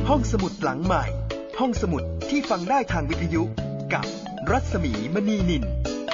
ห้องสมุดหลังใหม่ห้องสมุดที่ฟังได้ทางวิทยุกับรัศมีมณีนิน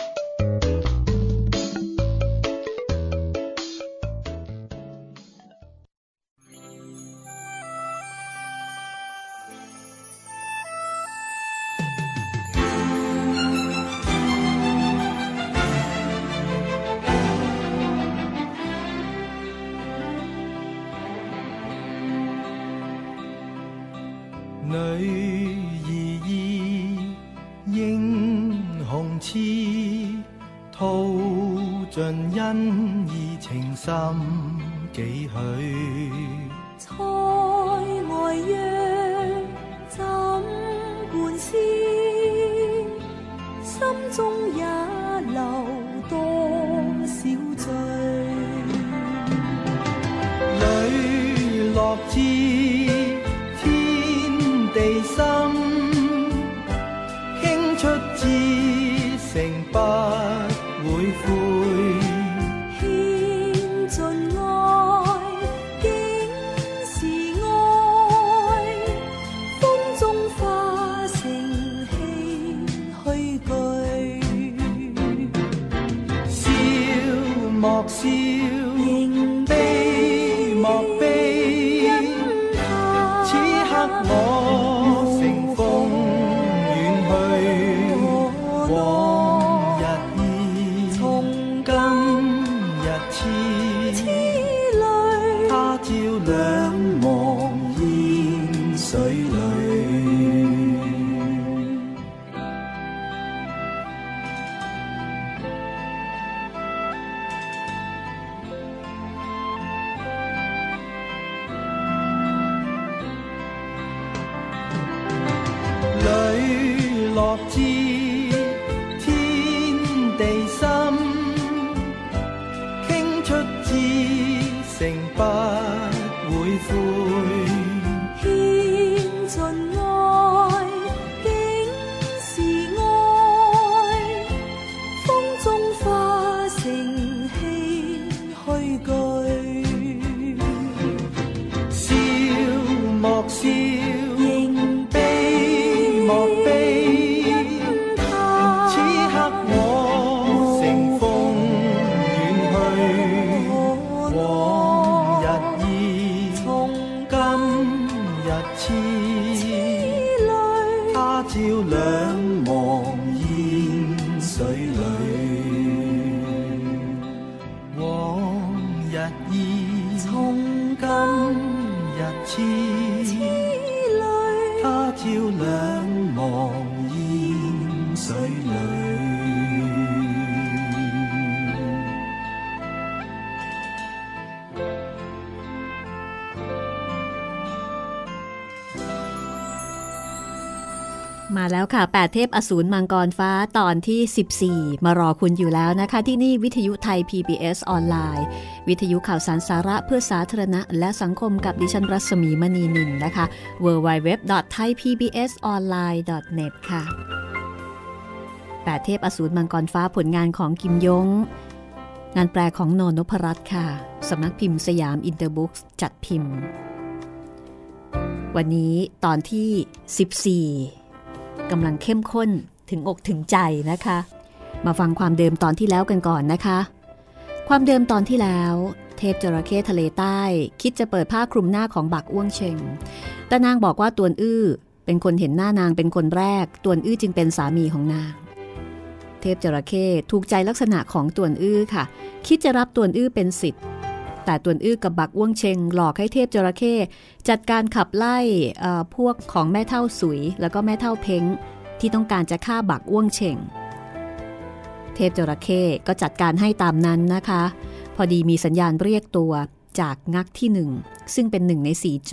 มาแล้วค่ะ8เทพอสูรมังกรฟ้าตอนที่14มารอคุณอยู่แล้วนะคะที่นี่วิทยุไทย PBS ออนไลน์วิทยุข่าวสารสาระเพื่อสาธารณะและสังคมกับดิฉันรัศมีมณีนินนะคะ www.thaipbsonline.net ค่ะ8เทพอสูรมังกรฟ้าผลงานของกิมยงงานแปลของโนนพรัตน์ค่ะสำนักพิมพ์สยามอินเตอร์บุ๊กส์จัดพิมพ์วันนี้ตอนที่14กำลังเข้มข้นถึงอกถึงใจนะคะมาฟังความเดิมตอนที่แล้วกันก่อนนะคะความเดิมตอนที่แล้วเทพจระเข้ทะเลใต้คิดจะเปิดผ้าคลุมหน้าของบักอ้วงเชงแต่นางบอกว่าตวนอื้อเป็นคนเห็นหน้านางเป็นคนแรกตวนอื้อจึงเป็นสามีของนางเทพจระเข้ถูกใจลักษณะของตวนอื้อค่ะคิดจะรับตวนอื้อเป็นศิษย์แต่ตวนอื้อกับบักอ้วงเชงหลอกให้เทพจระเข้จัดการขับไล่พวกของแม่เท่าสุยแล้วก็แม่เท่าเพ้งที่ต้องการจะฆ่าบักอ้วงเชงเทพจระเข้ก็จัดการให้ตามนั้นนะคะพอดีมีสัญญาณเรียกตัวจากงักที่1ซึ่งเป็น1 ใน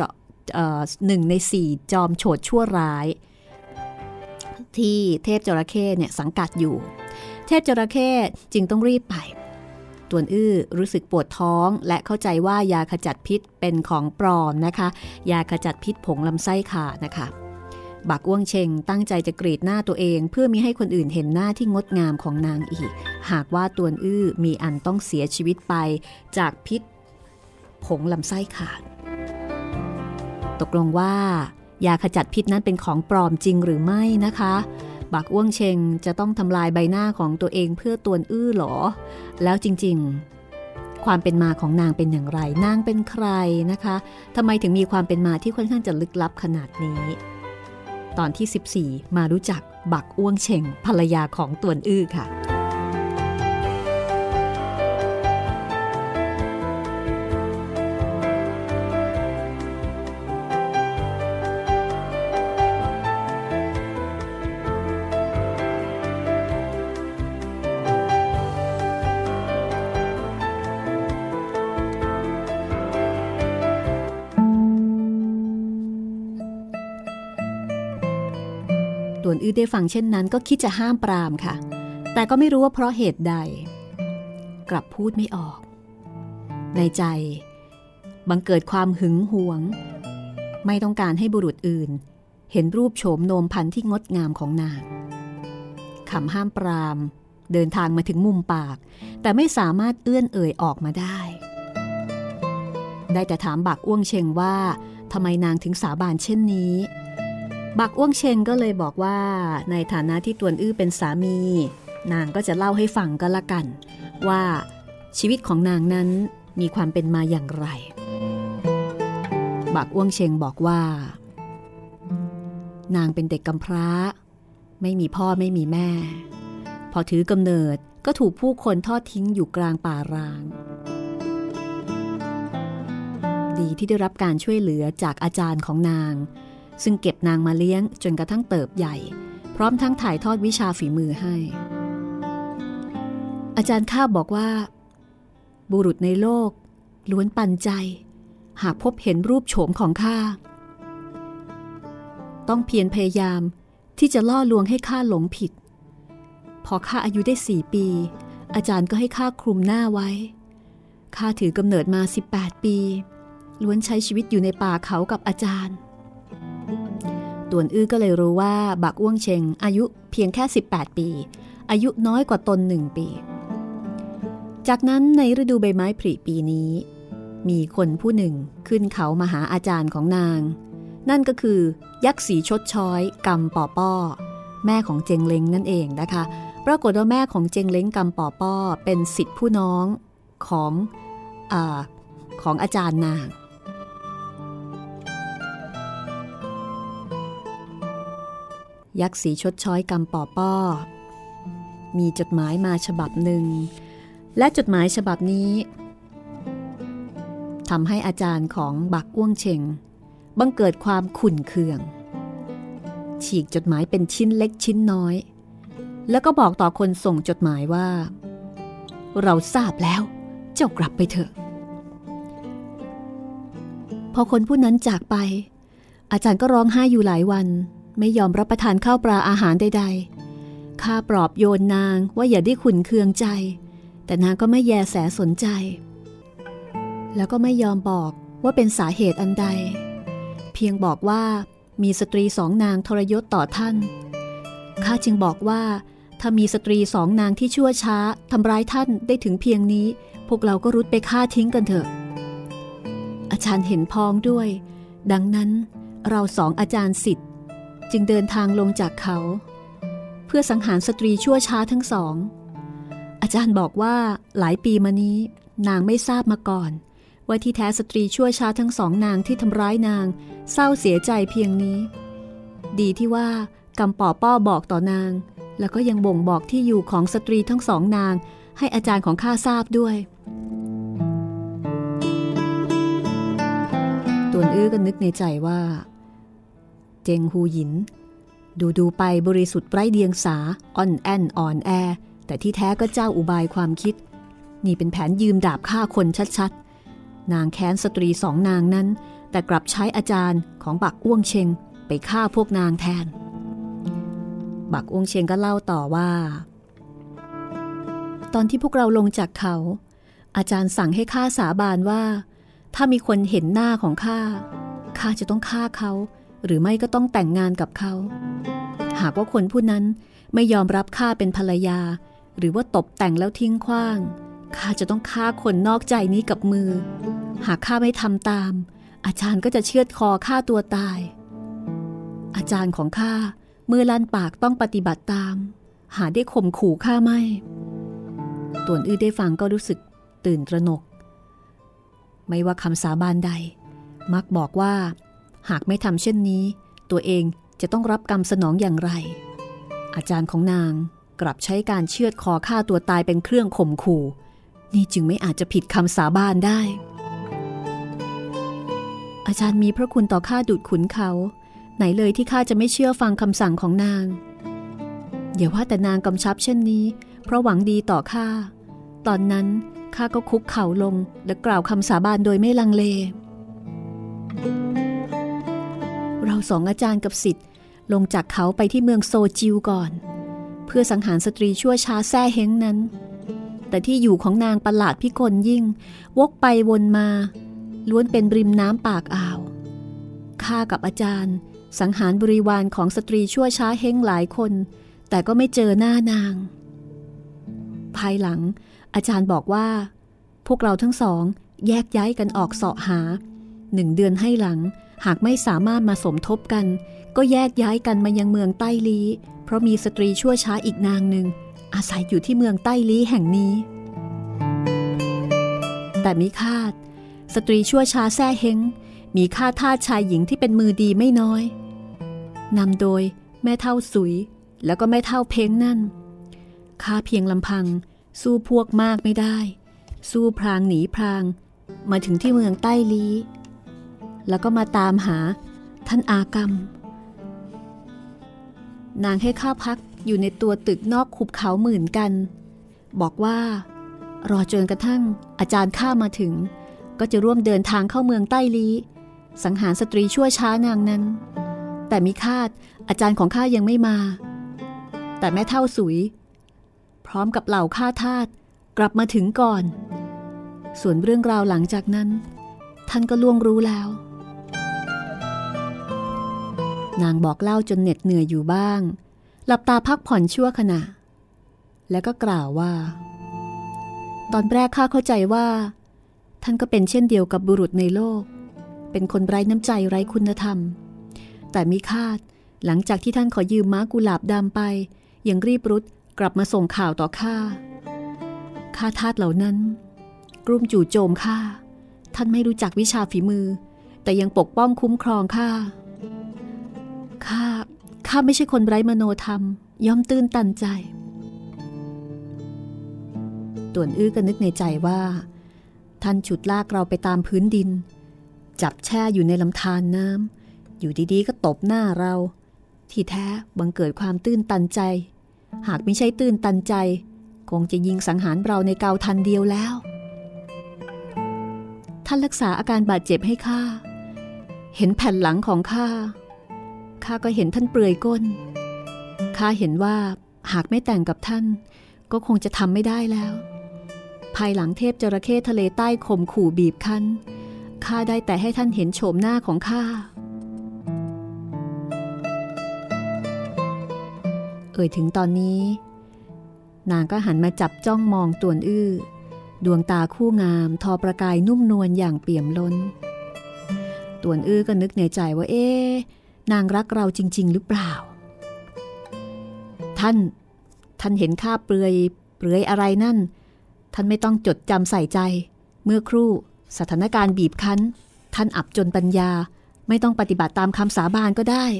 4จอมโฉดชั่วร้ายที่เทพจระเข้เนี่ยสังกัดอยู่เทพจระเข้จึงต้องรีบไปตวนอื้อรู้สึกปวดท้องและเข้าใจว่ายาขจัดพิษเป็นของปลอมนะคะยาขจัดพิษผงลำไส้ขาดนะคะบักอ้วงเชงตั้งใจจะกรีดหน้าตัวเองเพื่อมิให้คนอื่นเห็นหน้าที่งดงามของนางอีกหากว่าตวนอื้อมีอันต้องเสียชีวิตไปจากพิษผงลำไส้ขาดตกลงว่ายยาขจัดพิษนั้นเป็นของปลอมจริงหรือไม่นะคะบักอ้วงเชงจะต้องทำลายใบหน้าของตัวเองเพื่อตวนอื้อหรอแล้วจริงๆความเป็นมาของนางเป็นอย่างไรนางเป็นใครนะคะทำไมถึงมีความเป็นมาที่ค่อนข้างจะลึกลับขนาดนี้ตอนที่14มารู้จักบักอ้วงเชงภรรยาของตวนอื้อค่ะตวนอื้อได้ฟังเช่นนั้นก็คิดจะห้ามปรามค่ะแต่ก็ไม่รู้ว่าเพราะเหตุใดกลับพูดไม่ออกในใจบังเกิดความหึงหวงไม่ต้องการให้บุรุษอื่นเห็นรูปโฉมโนมพันที่งดงามของนางคำห้ามปรามเดินทางมาถึงมุมปากแต่ไม่สามารถเอื้อนเอ่ยออกมาได้แต่ถามบักอ้วงเชงว่าทำไมนางถึงสาบานเช่นนี้บักอ้วงเชงก็เลยบอกว่าในฐานะที่ตวนอื้อเป็นสามีนางก็จะเล่าให้ฟังก็แล้วกันว่าชีวิตของนางนั้นมีความเป็นมาอย่างไรบักอ้วงเชงบอกว่านางเป็นเด็กกำพร้าไม่มีพ่อไม่มีแม่พอถือกำเนิดก็ถูกผู้คนทอดทิ้งอยู่กลางป่าร้างดีที่ได้รับการช่วยเหลือจากอาจารย์ของนางซึ่งเก็บนางมาเลี้ยงจนกระทั่งเติบใหญ่พร้อมทั้งถ่ายทอดวิชาฝีมือให้อาจารย์ข้าบอกว่าบุรุษในโลกล้วนปันใจหากพบเห็นรูปโฉมของข้าต้องเพียรพยายามที่จะล่อลวงให้ข้าหลงผิดพอข้าอายุได้4 ปีอาจารย์ก็ให้ข้าคลุมหน้าไว้ข้าถือกำเนิดมา18 ปีล้วนใช้ชีวิตอยู่ในป่าเขากับอาจารย์ตวนอื้อก็เลยรู้ว่าบักอ้วงเชงอายุเพียงแค่18 ปีอายุน้อยกว่าตน1 ปีจากนั้นในฤดูใบไม้ผลิปีนี้มีคนผู้หนึ่งขึ้นเขามาหาอาจารย์ของนางนั่นก็คือยักษ์สีชดช้อยกำปอป้อแม่ของเจงเล้งนั่นเองนะคะปรากฏว่าแม่ของเจงเล้งกำปอป้อเป็นศิษย์ผู้น้องของอาจารย์นางยักษ์สีชดช้อยกำปอป้อมีจดหมายมาฉบับหนึ่งและจดหมายฉบับนี้ทำให้อาจารย์ของบักอ้วงเชงบังเกิดความขุ่นเคืองฉีกจดหมายเป็นชิ้นเล็กชิ้นน้อยแล้วก็บอกต่อคนส่งจดหมายว่าเราทราบแล้วเจ้ากลับไปเถอะพอคนผู้นั้นจากไปอาจารย์ก็ร้องไห้อยู่หลายวันไม่ยอมรับประทานข้าวปลาอาหารใดๆข้าปลอบโยนนางว่าอย่าได้ขุ่นเคืองใจแต่นางก็ไม่แยแสสนใจแล้วก็ไม่ยอมบอกว่าเป็นสาเหตุอันใดเพียงบอกว่ามีสตรี2 นางทรยศต่อท่านข้าจึงบอกว่าถ้ามีสตรี2 นางที่ชั่วช้าทำร้ายท่านได้ถึงเพียงนี้พวกเราก็รุดไปฆ่าทิ้งกันเถอะอาจารย์เห็นพ้องด้วยดังนั้นเรา2 อาจารย์ศิษย์จึงเดินทางลงจากเขาเพื่อสังหารสตรีชั่วช้าทั้ง2อาจารย์บอกว่าหลายปีมานี้นางไม่ทราบมาก่อนว่าที่แท้สตรีชั่วช้าทั้ง2 นางที่ทำร้ายนางเศร้าเสียใจเพียงนี้ดีที่ว่ากำปอป้อบอกต่อนางแล้วก็ยังบ่งบอกที่อยู่ของสตรีทั้ง2 นางให้อาจารย์ของข้าทราบด้วยตวนอื้อก็นึกในใจว่าเจงฮูหยินดูไปบริสุทธิ์ไร้เดียงสาอ่อนแอนอ่อนแอแต่ที่แท้ก็เจ้าอุบายความคิดนี่เป็นแผนยืมดาบฆ่าคนชัดๆนางแค้นสตรี2 นางนั้นแต่กลับใช้อาจารย์ของบักอ้วงเชงไปฆ่าพวกนางแทนบักอ้วงเชงก็เล่าต่อว่าตอนที่พวกเราลงจากเขาอาจารย์สั่งให้ข้าสาบานว่าถ้ามีคนเห็นหน้าของข้าจะต้องฆ่าเขาหรือไม่ก็ต้องแต่งงานกับเขาหากว่าคนผู้นั้นไม่ยอมรับข้าเป็นภรรยาหรือว่าตบแต่งแล้วทิ้งขว้างข้าจะต้องฆ่าคนนอกใจนี้กับมือหากข้าไม่ทำตามอาจารย์ก็จะเชือดคอฆ่าตัวตายอาจารย์ของข้าเมื่อลั่นปากต้องปฏิบัติตามหาได้ข่มขู่ข้าไม่ต่วนอื้อได้ฟังก็รู้สึกตื่นตระหนกไม่ว่าคำสาบานใดมักบอกว่าหากไม่ทำเช่นนี้ตัวเองจะต้องรับกรรมสนองอย่างไรอาจารย์ของนางกลับใช้การเชือดคอฆ่าตัวตายเป็นเครื่องข่มขู่นี่จึงไม่อาจจะผิดคำสาบานได้อาจารย์มีพระคุณต่อข้าดุจขุนเขาไหนเลยที่ข้าจะไม่เชื่อฟังคำสั่งของนางอย่าว่าแต่นางกำชับเช่นนี้เพราะหวังดีต่อข้าตอนนั้นข้าก็คุกเข่าลงและกล่าวคำสาบานโดยไม่ลังเลเราสองอาจารย์กับศิษย์ลงจากเขาไปที่เมืองโซจิวก่อนเพื่อสังหารสตรีชั่วช้าแซ่เฮ้งนั้นแต่ที่อยู่ของนางประหลาดพิกลยิ่งวกไปวนมาล้วนเป็นริมน้ำปากอ่าวข้ากับอาจารย์สังหารบริวารของสตรีชั่วช้าเฮ้งหลายคนแต่ก็ไม่เจอหน้านางภายหลังอาจารย์บอกว่าพวกเราทั้งสองแยกย้ายกันออกเสาะหา1 เดือนให้หลังหากไม่สามารถมาสมทบกันก็แยกย้ายกันมายังเมืองใต้ลี้เพราะมีสตรีชั่วช้าอีกนางหนึ่งอาศัยอยู่ที่เมืองใต้ลี้แห่งนี้แต่มิคาดสตรีชั่วช้าแซ่เฮงมีข้าทาสชายหญิงที่เป็นมือดีไม่น้อยนำโดยแม่เฒ่าสุยแล้วก็แม่เฒ่าเพ้งนั่นข้าเพียงลำพังสู้พวกมากไม่ได้สู้พรางหนีพรางมาถึงที่เมืองใต้ลี้แล้วก็มาตามหาท่านอากรรมนางให้ข้าพักอยู่ในตัวตึกนอกขุบเขาหมื่นกันบอกว่ารอจนกระทั่งอาจารย์ข้ามาถึงก็จะร่วมเดินทางเข้าเมืองใต้ลี้สังหารสตรีชั่วช้านางนั้นแต่มิคาดอาจารย์ของข้ายังไม่มาแต่แม่เฒ่าสุยพร้อมกับเหล่าข้าทาสกลับมาถึงก่อนส่วนเรื่องราวหลังจากนั้นท่านก็ล่วงรู้แล้วนางบอกเล่าจนเหน็ดเหนื่อยอยู่บ้างหลับตาพักผ่อนชั่วขณะแล้วก็กล่าวว่าตอนแรกข้าเข้าใจว่าท่านก็เป็นเช่นเดียวกับบุรุษในโลกเป็นคนไร้น้ำใจไร้คุณธรรมแต่มิคาดหลังจากที่ท่านขอยืมม้ากุหลาบดำไปยังรีบรุดกลับมาส่งข่าวต่อข้าทาสเหล่านั้นกลุ่มจู่โจมข้าท่านไม่รู้จักวิชาฝีมือแต่ยังปกป้องคุ้มครองข้าไม่ใช่คนไร้มโนธรรมย่อมตื้นตันใจต่วนอื้อก็นึกในใจว่าท่านฉุดลากเราไปตามพื้นดินจับแช่อยู่ในลำธารน้ำอยู่ดีๆก็ตบหน้าเราที่แท้บังเกิดความตื้นตันใจหากไม่ใช่ตื้นตันใจคงจะยิงสังหารเราในเกาทันเดียวแล้วท่านรักษาอาการบาดเจ็บให้ข้าเห็นแผ่นหลังของข้าก็เห็นท่านเปลือยก้นข้าเห็นว่าหากไม่แต่งกับท่านก็คงจะทำไม่ได้แล้วภายหลังเทพจระเข้ทะเลใต้ข่มขู่บีบคั้นข้าได้แต่ให้ท่านเห็นโฉมหน้าของข้าถึงตอนนี้นางก็หันมาจับจ้องมองต่วนอื้อดวงตาคู่งามทอประกายนุ่มนวลอย่างเปี่ยมล้นต่วนอื้อก็นึกในใจว่านางรักเราจริงๆหรือเปล่าท่านเห็นข้าเปลือยอะไรนั่นท่านไม่ต้องจดจำใส่ใจเมื่อครู่สถานการณ์บีบคั้นท่านอับจนปัญญาไม่ต้องปฏิบัติตามคำสาบานก็ได้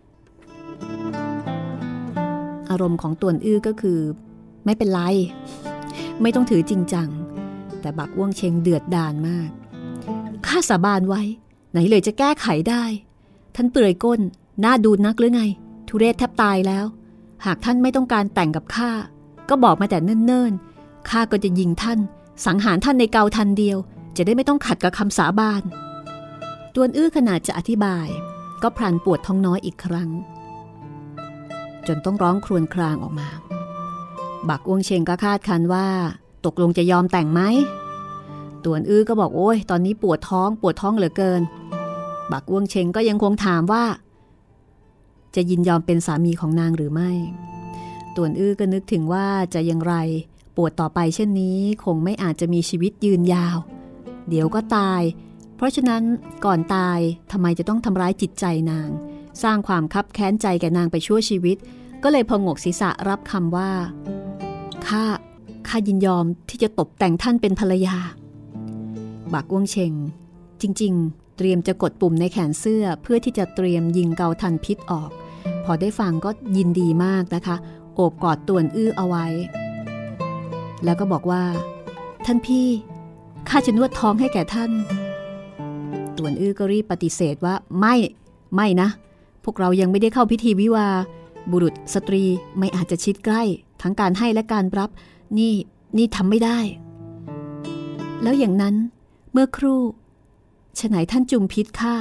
อารมณ์ของต่วนอื้อก็คือไม่เป็นไรไม่ต้องถือจริงจังแต่บักอ้วงเชงเดือดดาลมากข้าสาบานไว้ไหนเลยจะแก้ไขได้ท่านเปลือยก้นน่าดูนักหรือไงทุเรศแทบตายแล้วหากท่านไม่ต้องการแต่งกับข้าก็บอกมาแต่เนิ่นๆข้าก็จะยิงท่านสังหารท่านในเกาทันเดียวจะได้ไม่ต้องขัดกับคำสาบานต่วนอื้อขนาดจะอธิบายก็พลันปวดท้องน้อยอีกครั้งจนต้องร้องครวญครางออกมาบักอ้วงเชงก็คาดคันว่าตกลงจะยอมแต่งไหมต่วนอื้อก็บอกโอ้ยตอนนี้ปวดท้องเหลือเกินบักอ้วงเชงก็ยังคงถามว่าจะยินยอมเป็นสามีของนางหรือไม่ต่วนอื้อก็นึกถึงว่าจะอย่างไรปวดต่อไปเช่นนี้คงไม่อาจจะมีชีวิตยืนยาวเดี๋ยวก็ตายเพราะฉะนั้นก่อนตายทำไมจะต้องทำร้ายจิตใจนางสร้างความคับแค้นใจแก่นางไปชั่วชีวิตก็เลยพงกศีรษะรับคำว่าข้ายินยอมที่จะตบแต่งท่านเป็นภรรยาบากอ้วงเชงจริงๆเตรียมจะกดปุ่มในแขนเสื้อเพื่อที่จะเตรียมยิงเกาทันพิษออกพอได้ฟังก็ยินดีมากนะคะโอบกอดต่วนอื้อเอาไว้แล้วก็บอกว่าท่านพี่ข้าจะนวดท้องให้แก่ท่านต่วนอื้อก็รีบปฏิเสธว่าไม่นะพวกเรายังไม่ได้เข้าพิธีวิวาห์บุรุษสตรีไม่อาจจะชิดใกล้ทั้งการให้และการรับนี่ทำไม่ได้แล้วอย่างนั้นเมื่อครู่ฉไหนท่านจุมพิษข้า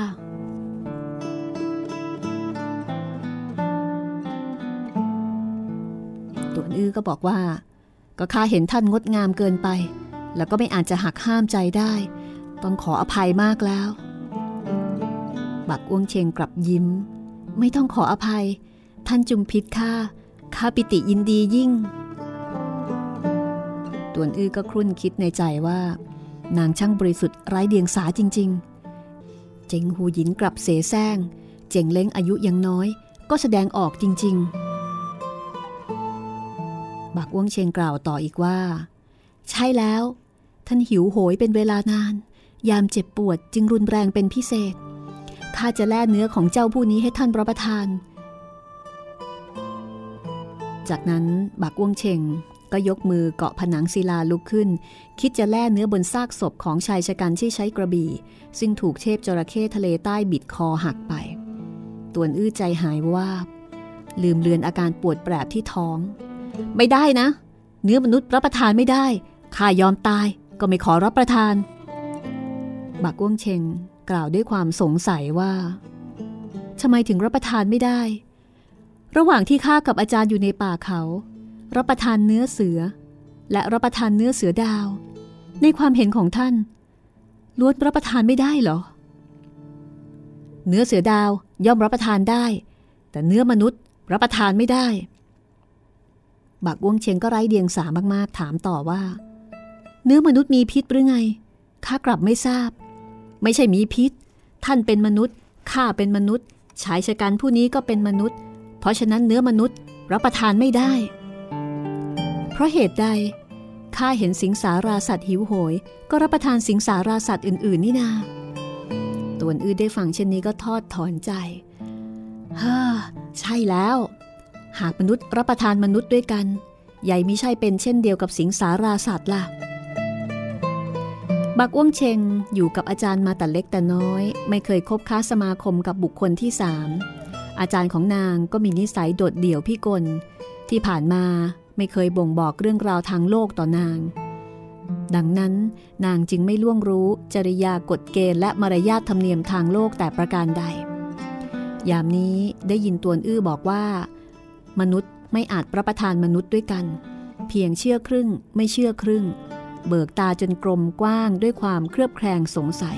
ต่วนอื้อก็บอกว่าก็ข้าเห็นท่านงดงามเกินไปแล้วก็ไม่อาจจะหักห้ามใจได้ต้องขออภัยมากแล้วบักอ้วงเชงกลับยิ้มไม่ต้องขออภัยท่านจุมพิษข้าปิติยินดียิ่งต่วนอื้อก็ครุ่นคิดในใจว่านางช่างบริสุทธิ์ไร้เดียงสาจริงๆเจ๋งหูหยินกลับเสแสร้งเจ๋งเล้งอายุยังน้อยก็แสดงออกจริงๆบักอ้วงเชงกล่าวต่ออีกว่าใช่แล้วท่านหิวโหยเป็นเวลานานยามเจ็บปวดจึงรุนแรงเป็นพิเศษข้าจะแล่เนื้อของเจ้าผู้นี้ให้ท่านรับประทานจากนั้นบักอ้วงเชงก็ยกมือเกาะผนังศิลาลุกขึ้นคิดจะแล่เนื้อบนซากศพของชายชะกันที่ใช้กระบี่ซึ่งถูกเทพจระเข้ทะเลใต้บิดคอหักไปต่วนอื้อใจหายวาบลืมเลือนอาการปวดแปรบที่ท้องไม่ได้นะเนื้อมนุษย์รับประทานไม่ได้ข้ายอมตายก็ไม่ขอรับประทานบักอ้วงเชงกล่าวด้วยความสงสัยว่าทำไมถึงรับประทานไม่ได้ระหว่างที่ข้ากับอาจารย์อยู่ในป่าเขารับประทานเนื้อเสือและรับประทานเนื้อเสือดาวในความเห็นของท่านล้วนรับประทานไม่ได้เหรอเนื้อเสือดาวย่อมรับประทานได้แต่เนื้อมนุษย์รับประทานไม่ได้บักอ้วงเชงก็ไร้เดียงสามากๆถามต่อว่าเนื้อมนุษย์มีพิษหรือไงข้ากลับไม่ทราบไม่ใช่มีพิษท่านเป็นมนุษย์ข้าเป็นมนุษย์ชายชะกันผู้นี้ก็เป็นมนุษย์เพราะฉะนั้นเนื้อมนุษย์รับประทานไม่ได้เพราะเหตุใดข้าเห็นสิงสาราสัตว์หิวโหยก็รับประทานสิงสาราสัตว์อื่นๆนี่นาต่วนอื้อได้ฟังเช่นนี้ก็ทอดถอนใจใช่แล้วหากมนุษย์รับประทานมนุษย์ด้วยกันใหญ่มิใช่เป็นเช่นเดียวกับสิงสาราสัตว์ล่ะบักอ้วงเชงอยู่กับอาจารย์มาแต่เล็กแต่น้อยไม่เคยคบค้าสมาคมกับบุคคลที่สามอาจารย์ของนางก็มีนิสัยโดดเดี่ยวพิกลที่ผ่านมาไม่เคยบ่งบอกเรื่องราวทางโลกต่อนางดังนั้นนางจึงไม่ล่วงรู้จริยากฎเกณฑ์และมารยาทธรรมเนียมทางโลกแต่ประการใดยามนี้ได้ยินต่วนอื้อบอกว่ามนุษย์ไม่อาจรับประทานมนุษย์ด้วยกันเพียงเชื่อครึ่งไม่เชื่อครึ่งเบิกตาจนกลมกว้างด้วยความเครือบแคลงสงสัย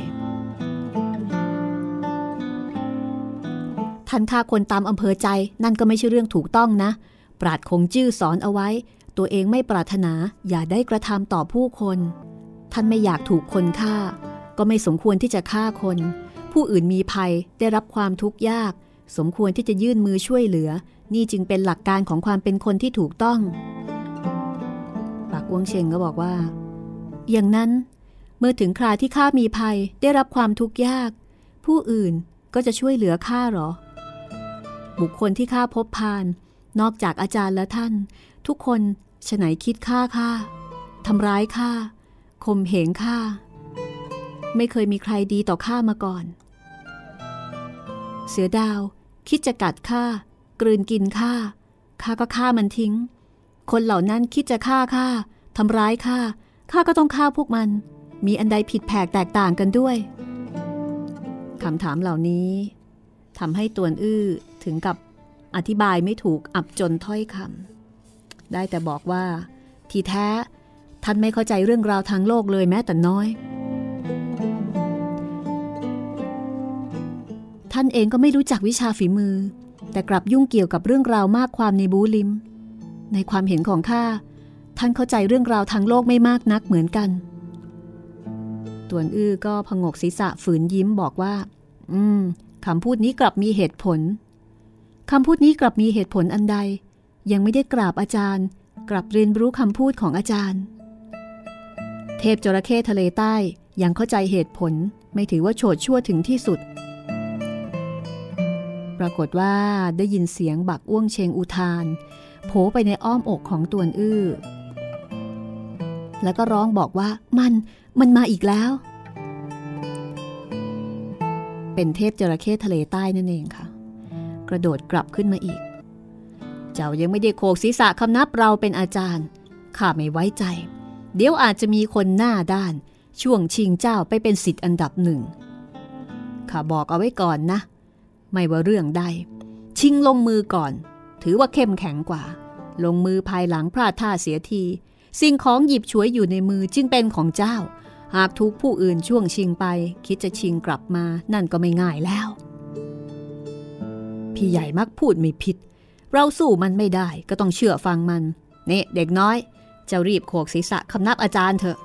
ท่านฆ่าคนตามอำเภอใจนั่นก็ไม่ใช่เรื่องถูกต้องนะปราชญ์คงจื้อสอนเอาไว้ตัวเองไม่ปรารถนาอย่าได้กระทำต่อผู้คนท่านไม่อยากถูกคนฆ่าก็ไม่สมควรที่จะฆ่าคนผู้อื่นมีภัยได้รับความทุกข์ยากสมควรที่จะยื่นมือช่วยเหลือนี่จึงเป็นหลักการของความเป็นคนที่ถูกต้องบักอ้วงเชงก็บอกว่าอย่างนั้นเมื่อถึงคราที่ข้ามีภัยได้รับความทุกข์ยากผู้อื่นก็จะช่วยเหลือข้าหรอบุคคลที่ข้าพบพานนอกจากอาจารย์และท่านทุกคนฉไหนคิดฆ่าข้าทำร้ายข้าข่มเหงข้าไม่เคยมีใครดีต่อข้ามาก่อนเสือดาวคิดจะกัดข้ากลืนกินข้าก็ฆ่ามันทิ้งคนเหล่านั้นคิดจะฆ่าข้าทำร้ายข้าก็ต้องฆ่าพวกมันมีอันใดผิดแผกแตกต่างกันด้วยคำถามเหล่านี้ทำให้ต่วนอื้อถึงกับอธิบายไม่ถูกอับจนถ้อยคำได้แต่บอกว่าทีแท้ท่านไม่เข้าใจเรื่องราวทางโลกเลยแม้แต่น้อยท่านเองก็ไม่รู้จักวิชาฝีมือแต่กลับยุ่งเกี่ยวกับเรื่องราวมากความในบูลิมในความเห็นของข้าท่านเข้าใจเรื่องราวทางโลกไม่มากนักเหมือนกันต่วนอื้อก็ผงกศีรษะฝืนยิ้มบอกว่าคำพูดนี้กลับมีเหตุผลคำพูดนี้กลับมีเหตุผลอันใดยังไม่ได้กราบอาจารย์กลับเรียนรู้คำพูดของอาจารย์เทพจระเข้ทะเลใต้ยังเข้าใจเหตุผลไม่ถือว่าโฉดชั่วถึงที่สุดปรากฏว่าได้ยินเสียงบักอ้วงเชงอุทานโผไปในอ้อมอกของตวนอื้อแล้วก็ร้องบอกว่ามันมาอีกแล้วเป็นเทพจระเข้ทะเลใต้นั่นเองค่ะกระโดดกลับขึ้นมาอีกเจ้ายังไม่ได้โขกศีรษะคำนับเราเป็นอาจารย์ข้าไม่ไว้ใจเดี๋ยวอาจจะมีคนหน้าด้านช่วงชิงเจ้าไปเป็นศิษย์อันดับหนึ่งข้าบอกเอาไว้ก่อนนะไม่ว่าเรื่องใดชิงลงมือก่อนถือว่าเข้มแข็งกว่าลงมือภายหลังพลาดท่าเสียทีสิ่งของหยิบฉวยอยู่ในมือจึงเป็นของเจ้าหากถูกผู้อื่นช่วงชิงไปคิดจะชิงกลับมานั่นก็ไม่ง่ายแล้วพี่ใหญ่มักพูดไม่ผิดเราสู้มันไม่ได้ก็ต้องเชื่อฟังมันนี่เด็กน้อยเจ้ารีบโขกศีรษะคำนับอาจารย์เถอะ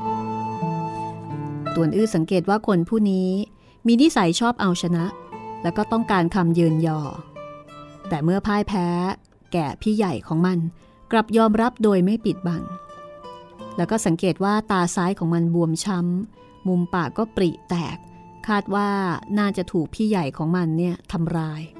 ตวนอื้อสังเกตว่าคนผู้นี้มีนิสัยชอบเอาชนะแล้วก็ต้องการคำยืนยอแต่เมื่อพ่ายแพ้แก่พี่ใหญ่ของมันกลับยอมรับโดยไม่ปิดบังแล้วก็สังเกตว่าตาซ้ายของมันบวมช้ำมุมปากก็ปริแตกคาดว่าน่าจะถูกพี่ใหญ่ของมันเนี่ยทำร้าย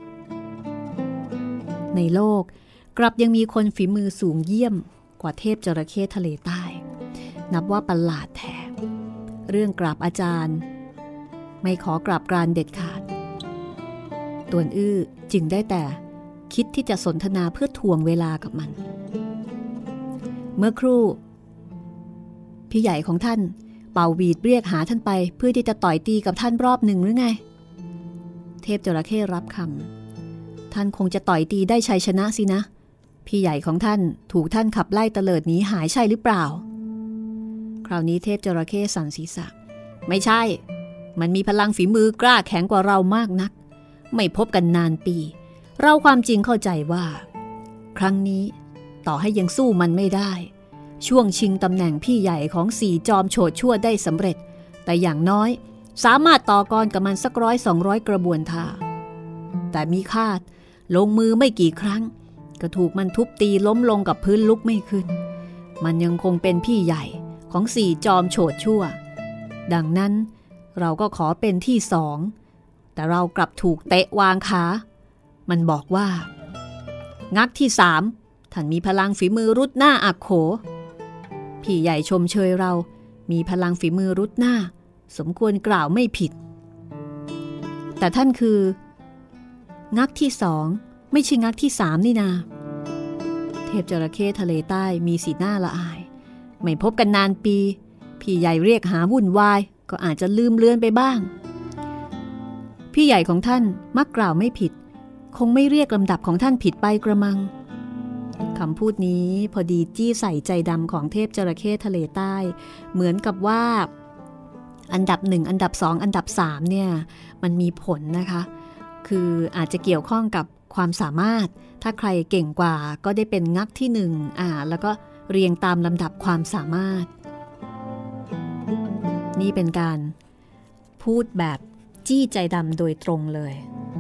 ในโลกกลับยังมีคนฝีมือสูงเยี่ยมกว่าเทพจระเข้ทะเลใต้นับว่าประหลาดแท้เรื่องกราบอาจารย์ไม่ขอกราบกรานเด็ดขาดตวนอื้อจึงได้แต่คิดที่จะสนทนาเพื่อทวงเวลากับมันเมื่อครู่พี่ใหญ่ของท่านเป่าหวีดเรียกหาท่านไปเพื่อที่จะต่อยตีกับท่านรอบหนึ่งหรือไงเทพจระเข้รับคำท่านคงจะต่อยตีได้ชัยชนะสินะพี่ใหญ่ของท่านถูกท่านขับไล่เตลิดหนีหายใช่หรือเปล่าคราวนี้เทพจระเข้สั่นศีรษะไม่ใช่มันมีพลังฝีมือกล้าแข็งกว่าเรามากนักไม่พบกันนานปีเราความจริงเข้าใจว่าครั้งนี้ต่อให้ยังสู้มันไม่ได้ช่วงชิงตำแหน่งพี่ใหญ่ของ4จอมโฉดชั่วได้สำเร็จแต่อย่างน้อยสามารถต่อกรกับมันสัก100-200 กระบวนท่าแต่มีคาดลงมือไม่กี่ครั้งก็ถูกมันทุบตีล้มลงกับพื้นลุกไม่ขึ้นมันยังคงเป็นพี่ใหญ่ของ4จอมโฉดชั่วดังนั้นเราก็ขอเป็นที่2แต่เรากลับถูกเตะวางขามันบอกว่างักที่3ท่านมีพลังฝีมือรุดหน้าอักโขพี่ใหญ่ชมเชยเรามีพลังฝีมือรุดหน้าสมควรกล่าวไม่ผิดแต่ท่านคืองักที่2ไม่ใช่งักที่3นี่นาเทพจระเข้ทะเลใต้มีสีหน้าละอายไม่พบกันนานปีพี่ใหญ่เรียกหาวุ่นวายก็อาจจะลืมเลือนไปบ้างพี่ใหญ่ของท่านมักกล่าวไม่ผิดคงไม่เรียกลำดับของท่านผิดไปกระมังคำพูดนี้พอดีจี้ใส่ใจดำของเทพจระเข้ทะเลใต้เหมือนกับว่าอันดับ1อันดับ2อันดับ3เนี่ยมันมีผลนะคะคืออาจจะเกี่ยวข้องกับความสามารถถ้าใครเก่งกว่าก็ได้เป็นงักที่1แล้วก็เรียงตามลำดับความสามารถนี่เป็นการพูดแบบจี้ใจดำโดยตรงเลย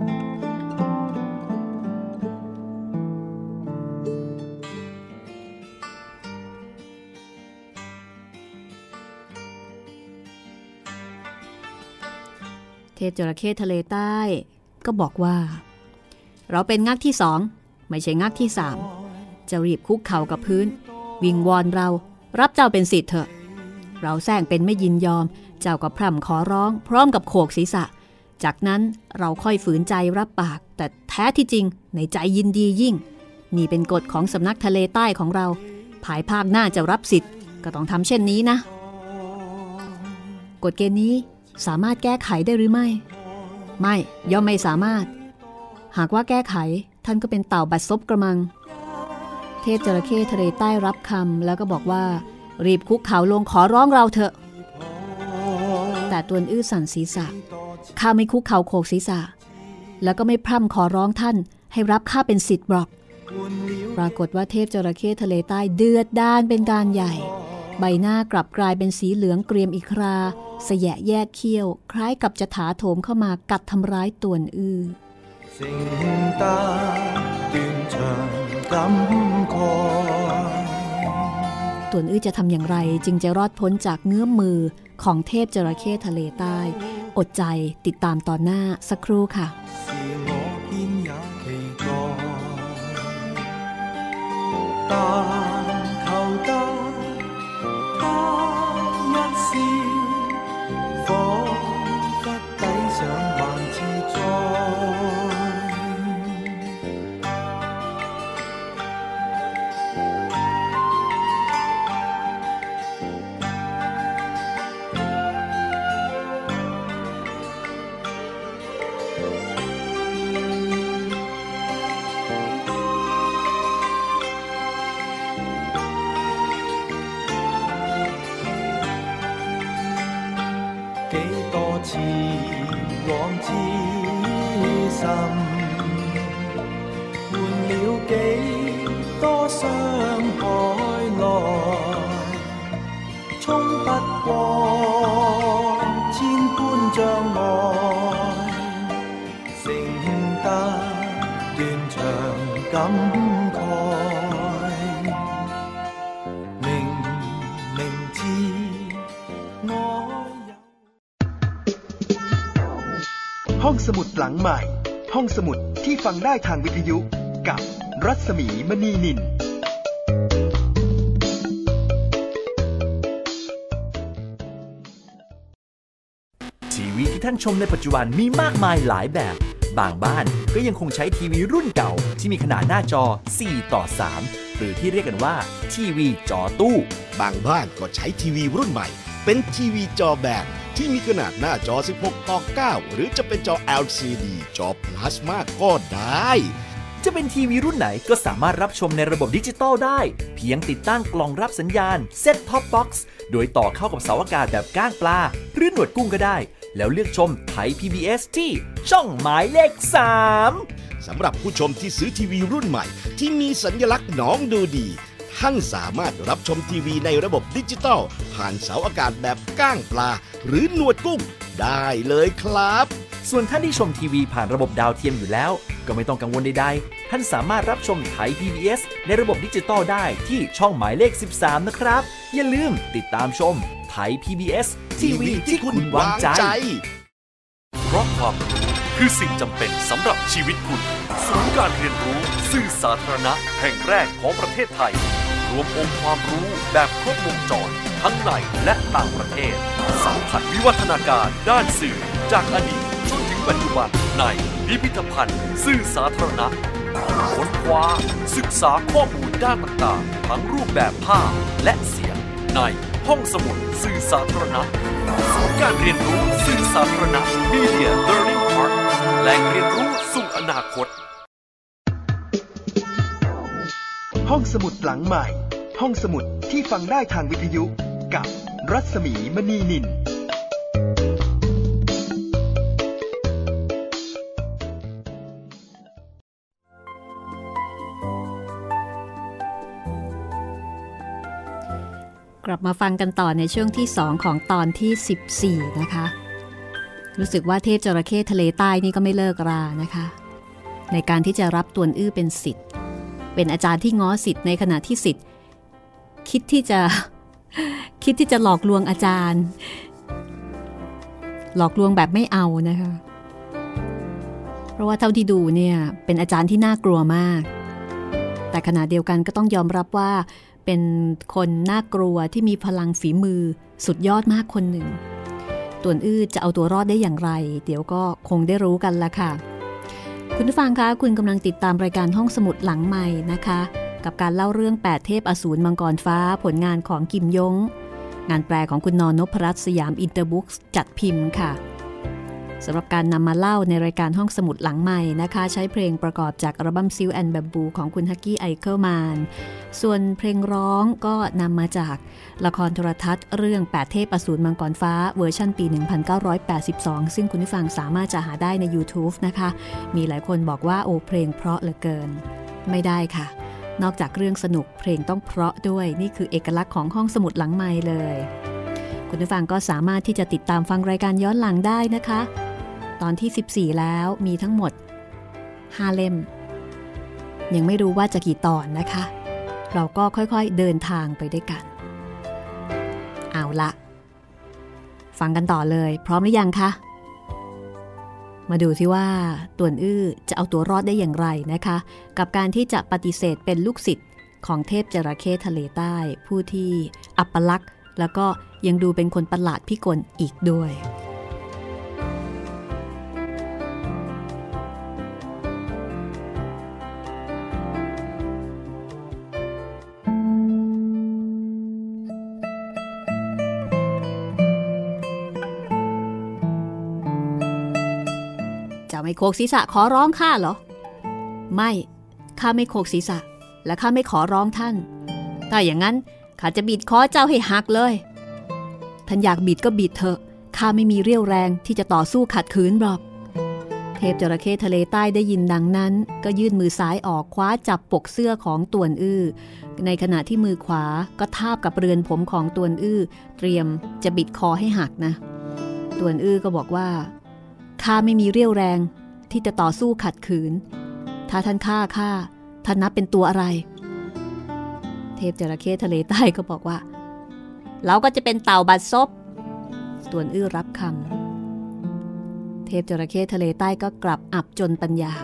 เทพจระเข้ทะเลใต้ก็บอกว่าเราเป็นงักที่2ไม่ใช่งักที่3จะรีบคุกเข่ากับพื้นวิงวอนเรารับเจ้าเป็นศิษย์เถอะเราแซงเป็นไม่ยินยอมเจ้าก็พร่ำขอร้องพร้อมกับโขกศีรษะจากนั้นเราค่อยฝืนใจรับปากแต่แท้ที่จริงในใจยินดียิ่งนี่เป็นกฎของสำนักทะเลใต้ของเราภายภาคหน้าจะรับสิทธิ์ก็ต้องทำเช่นนี้นะกฎเกณฑ์นี้สามารถแก้ไขได้หรือไม่ย่อมไม่สามารถหากว่าแก้ไขท่านก็เป็นเต่าบัดซบกระมังเทพจระเข้ทะเลใต้รับคำแล้วก็บอกว่ารีบคุกเข่าลงขอร้องเราเถอะแต่ตวนอื้อสั่นศีรษะข้าไม่คุกเข่าโขกศีรษะแล้วก็ไม่พร่ำขอร้องท่านให้รับข้าเป็นศิษย์บล็อกปรากฏว่าเทพจระเข้ทะเลใต้เดือดดาลเป็นการใหญ่ใบหน้ากลับกลายเป็นสีเหลืองเกรียมอีกคราสะแยะแยกเขี้ยวคล้ายกับจะถาโถมเข้ามากัดทำร้ายตวนอื้อตวนอื้อจะทำอย่างไรจึงจะรอดพ้นจากเงื้อมมือของเทพจระเข้ทะเลใต้อดใจติดตามตอนหน้าสักครู่ค่ะห้องสมุดหลังใหม่ห้องสมุดที่ฟังได้ทางวิทยุกับรัศมีมณีนินทีวีที่ท่านชมในปัจจุบันมีมากมายหลายแบบบางบ้านก็ยังคงใช้ทีวีรุ่นเก่าที่มีขนาดหน้าจอ 4:3 หรือที่เรียกกันว่าทีวีจอตู้บางบ้านก็ใช้ทีวีรุ่นใหม่เป็นทีวีจอแบนที่มีขนาดหน้าจอ 16:9 หรือจะเป็นจอ LCD จอพลาสมาก็ได้จะเป็นทีวีรุ่นไหนก็สามารถรับชมในระบบดิจิตอลได้เพียงติดตั้งกล่องรับสัญญาณ Set Top Box โดยต่อเข้ากับเสาอากาศแบบก้างปลาหรือหนวดกุ้งก็ได้แล้วเลือกชมไทย PBS ที่ช่องหมายเลข 3 สำหรับผู้ชมที่ซื้อทีวีรุ่นใหม่ที่มีสัญลักษณ์น้องดูดีท่านสามารถรับชมทีวีในระบบดิจิตอลผ่านเสาอากาศแบบก้างปลาหรือหนวดกุ้งได้เลยครับส่วนท่านที่ชมทีวีผ่านระบบดาวเทียมอยู่แล้วก็ไม่ต้องกังวลใดๆท่านสามารถรับชมไทย PBS ในระบบดิจิตอลได้ที่ช่องหมายเลข 13 นะครับอย่าลืมติดตามชมไทย PBS ทีวีที่คุณวางใจเพราะความรู้คือสิ่งจำเป็นสำหรับชีวิตคุณศูนย์การเรียนรู้สื่อสาธารณะแห่งแรกของประเทศไทยรวมองค์ความรู้แบบครบวงจรทั้งในและต่างประเทศสัมผัสวิวัฒนาการด้านสื่อจากอดีตจนถึงปัจจุบันในพิพิธภัณฑ์สื่อสาธารณะค้นคว้าศึกษาข้อมูลด้านต่างๆทั้งรูปแบบภาพและเสียงในห้องสมุดสื่อสาธารณะศูนย์การเรียนรู้สื่อสาธารณะ Media Learning Park แหล่งเรียนรู้สู่อนาคตห้องสมุดหลังใหม่ห้องสมุดที่ฟังได้ทางวิทยุกับรัศมีมณีนินกลับมาฟังกันต่อในช่วงที่2ของตอนที่14นะคะรู้สึกว่าเทพจระเข้ทะเลใต้นี่ก็ไม่เลิกรานะคะในการที่จะรับตวนอื้อเป็นศิษย์เป็นอาจารย์ที่ง้อศิษย์ในขณะที่ศิษย์คิดที่จะหลอกลวงอาจารย์หลอกลวงแบบไม่เอานะคะเพราะว่าเท่าที่ดูเนี่ยเป็นอาจารย์ที่น่ากลัวมากแต่ขณะเดียวกันก็ต้องยอมรับว่าเป็นคนน่ากลัวที่มีพลังฝีมือสุดยอดมากคนหนึ่งตวนอื้อจะเอาตัวรอดได้อย่างไรเดี๋ยวก็คงได้รู้กันละค่ะคุณผู้ฟังคะคุณกำลังติดตามรายการห้องสมุดหลังใหม่นะคะกับการเล่าเรื่อง8เทพอสูรมังกรฟ้าผลงานของกิมยงงานแปลของคุณนนพรัตน์สยามอินเตอร์บุ๊กจัดพิมพ์ค่ะสำหรับการนำมาเล่าในรายการห้องสมุดหลังใหม่นะคะใช้เพลงประกอบจากอัลบั้มซิลแอนด์แบมบูของคุณฮักกี้ไอเคิลแมนส่วนเพลงร้องก็นำมาจากละครโทรทัศน์เรื่อง8เทพอสูรมังกรฟ้าเวอร์ชันปี 1982 ซึ่งคุณผู้ฟังสามารถจะหาได้ใน YouTube นะคะมีหลายคนบอกว่าโอ้เพลงเพราะเหลือเกินไม่ได้ค่ะนอกจากเรื่องสนุกเพลงต้องเพราะด้วยนี่คือเอกลักษณ์ของห้องสมุดหลังไมค์เลยคุณผู้ฟังก็สามารถที่จะติดตามฟังรายการย้อนหลังได้นะคะตอนที่14แล้วมีทั้งหมด5เล่มยังไม่รู้ว่าจะกี่ตอนนะคะเราก็ค่อยๆเดินทางไปด้วยกันเอาละฟังกันต่อเลยพร้อมหรือยังคะมาดูซิว่าต่วนอื้อจะเอาตัวรอดได้อย่างไรนะคะกับการที่จะปฏิเสธเป็นลูกศิษย์ของเทพจระเข้ทะเลใต้ผู้ที่อัปลักษณ์แล้วก็ยังดูเป็นคนประหลาดพิกลอีกด้วยไม่โขกศีรษะขอร้องข้าเหรอไม่ข้าไม่โขกศีรษะและข้าไม่ขอร้องท่านถ้าอย่างนั้นข้าจะบิดคอเจ้าให้หักเลยท่านอยากบิดก็บิดเถอะข้าไม่มีเรี่ยวแรงที่จะต่อสู้ขัดขืนหรอกเทพจระเข้ทะเลใต้ได้ยินดังนั้นก็ยื่นมือซ้ายออกคว้าจับปกเสื้อของต่วนอื้อในขณะที่มือขวาก็ทาบกับเรือนผมของต่วนอื้อเตรียมจะบิดคอให้หักนะต่วนอื้อก็บอกว่าข้าไม่มีเรี่ยวแรงที่จะต่อสู้ขัดขืนถ้าท่านฆ่าข้าท่านนับเป็นตัวอะไรเทพจระเข้ทะเลใต้ก็บอกว่าเราก็จะเป็นเต่าบัดซบต่วนอื้อรับคำเทพจระเข้ทะเลใต้ก็กลับอับจนปัญญา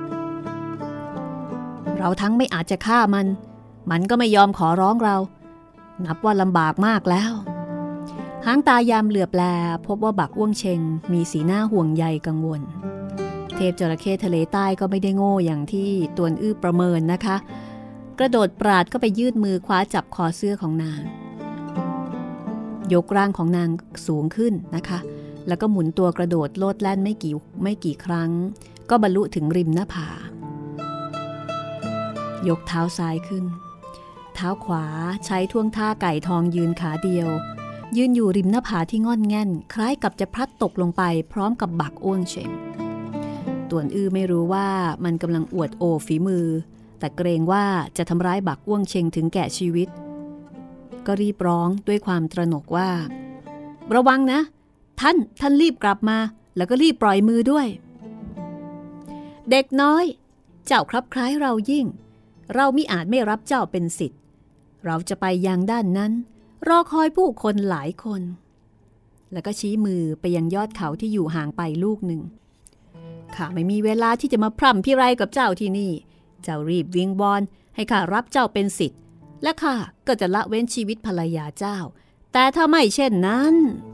เราทั้งไม่อาจจะฆ่ามันก็ไม่ยอมขอร้องเรานับว่าลำบากมากแล้วหางตายามเหลือบแลพบว่าบักอ้วงเชงมีสีหน้าห่วงใยกังวลเทพจระเข้ทะเลใต้ก็ไม่ได้โง่อย่างที่ต่วนอื้อประเมินนะคะกระโดดปราดก็ไปยืดมือคว้าจับคอเสื้อของนางยกร่างของนางสูงขึ้นนะคะแล้วก็หมุนตัวกระโดดโลดแล่นไม่กี่ครั้งก็บรรลุถึงริมหน้าผายกเท้าซ้ายขึ้นเท้าขวาใช้ท่วงท่าไก่ทองยืนขาเดียวยืนอยู่ริมหน้าผาที่งอนแง่นคล้ายกับจะพลัดตกลงไปพร้อมกับบักอ้วงเชงต่วนอื้อไม่รู้ว่ามันกำลังอวดโอฝีมือแต่เกรงว่าจะทำร้ายบักอ้วงเชงถึงแก่ชีวิตก็รีบร้องด้วยความตระหนกว่าระวังนะท่านรีบกลับมาแล้วก็รีบปล่อยมือด้วยเด็กน้อยเจ้าครับคล้ายเรายิ่งเรามิอาจไม่รับเจ้าเป็นศิษย์เราจะไปยังด้านนั้นรอคอยผู้คนหลายคนแล้วก็ชี้มือไปยังยอดเขาที่อยู่ห่างไปลูกหนึ่งข้าไม่มีเวลาที่จะมาพร่ำพิไรกับเจ้าที่นี่เจ้ารีบวิงวอนให้ข้ารับเจ้าเป็นศิษย์และข้าก็จะละเว้นชีวิตภรรยาเจ้าแต่ถ้าไม่เช่นนั้น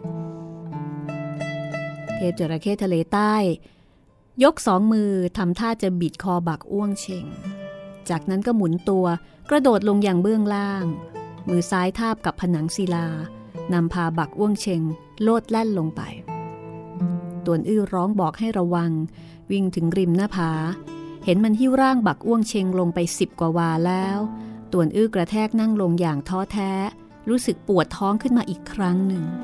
เทพจระเข้ทะเลใต้ยก2 มือทำท่าจะบิดคอบักอ้วงเชงจากนั้นก็หมุนตัวกระโดดลงอย่างเบื้องล่างมือซ้ายทาบกับผนังศิลานำพาบักอ้วงเชงโลดแล่นลงไปต่วนอื้อร้องบอกให้ระวังวิ่งถึงริมหน้าผาเห็นมันหิ้วร่างบักอ้วงเชงลงไป10 กว่าวาแล้วต่วนอื้อกระแทกนั่งลงอย่างท้อแท้รู้สึกปวดท้องขึ้นมาอีกครั้งหนึ่ง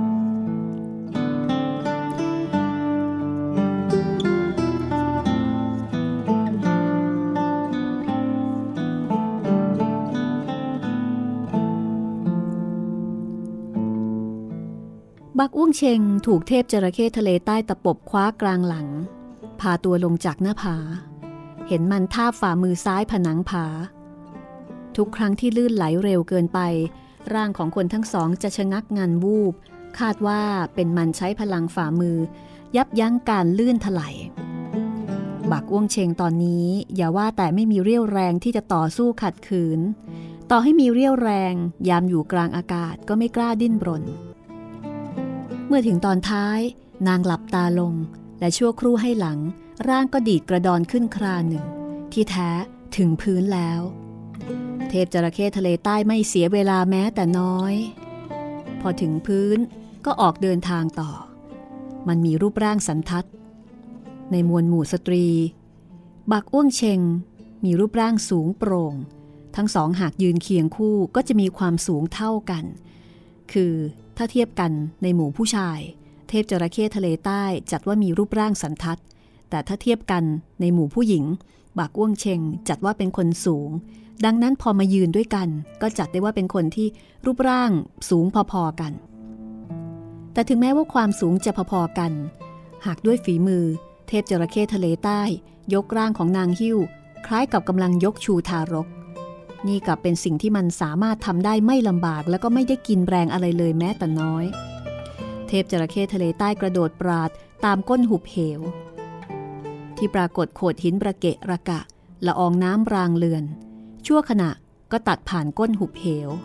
บักอ้วงเชงถูกเทพจระเข้ทะเลใต้ตะปบคว้ากลางหลังพาตัวลงจากหน้าผาเห็นมันทาบฝ่ามือซ้ายผนังผาทุกครั้งที่ลื่นไหลเร็วเกินไปร่างของคนทั้งสองจะชะงักงันวูบคาดว่าเป็นมันใช้พลังฝ่ามือยับยั้งการลื่นถลายบักอ้วงเชงตอนนี้อย่าว่าแต่ไม่มีเรี่ยวแรงที่จะต่อสู้ขัดขืนต่อให้มีเรี่ยวแรงยามอยู่กลางอากาศก็ไม่กล้าดิ้นรนเมื่อถึงตอนท้ายนางหลับตาลงและชั่วครู่ให้หลังร่างก็ดีดกระดอนขึ้นคราหนึ่งที่แท้ถึงพื้นแล้วเทพจระเข้ทะเลใต้ไม่เสียเวลาแม้แต่น้อยพอถึงพื้นก็ออกเดินทางต่อมันมีรูปร่างสันทัดในมวลหมู่สตรีบักอ้วงเชงมีรูปร่างสูงโปร่งทั้งสองหากยืนเคียงคู่ก็จะมีความสูงเท่ากันคือถ้าเทียบกันในหมู่ผู้ชายเทพจระเข้ทะเลใต้จัดว่ามีรูปร่างสันทัดแต่ถ้าเทียบกันในหมู่ผู้หญิงบากอ้วงเชงจัดว่าเป็นคนสูงดังนั้นพอมายืนด้วยกันก็จัดได้ว่าเป็นคนที่รูปร่างสูงพอๆกันแต่ถึงแม้ว่าความสูงจะพอๆกันหากด้วยฝีมือเทพจระเข้ทะเลใต้ยกร่างของนางหิ้วคล้ายกับกำลังยกชูทารกนี่กลับเป็นสิ่งที่มันสามารถทำได้ไม่ลำบากแล้วก็ไม่ได้กินแรงอะไรเลยแม้แต่น้อยเทพจระเข้ทะเลใต้กระโดดปราดตามก้นหุบเหวที่ปรากฏโขดหินประเกะระกะละอองน้ำรางเลือนชั่วขณะก็ตัดผ่านก้นหุบเหว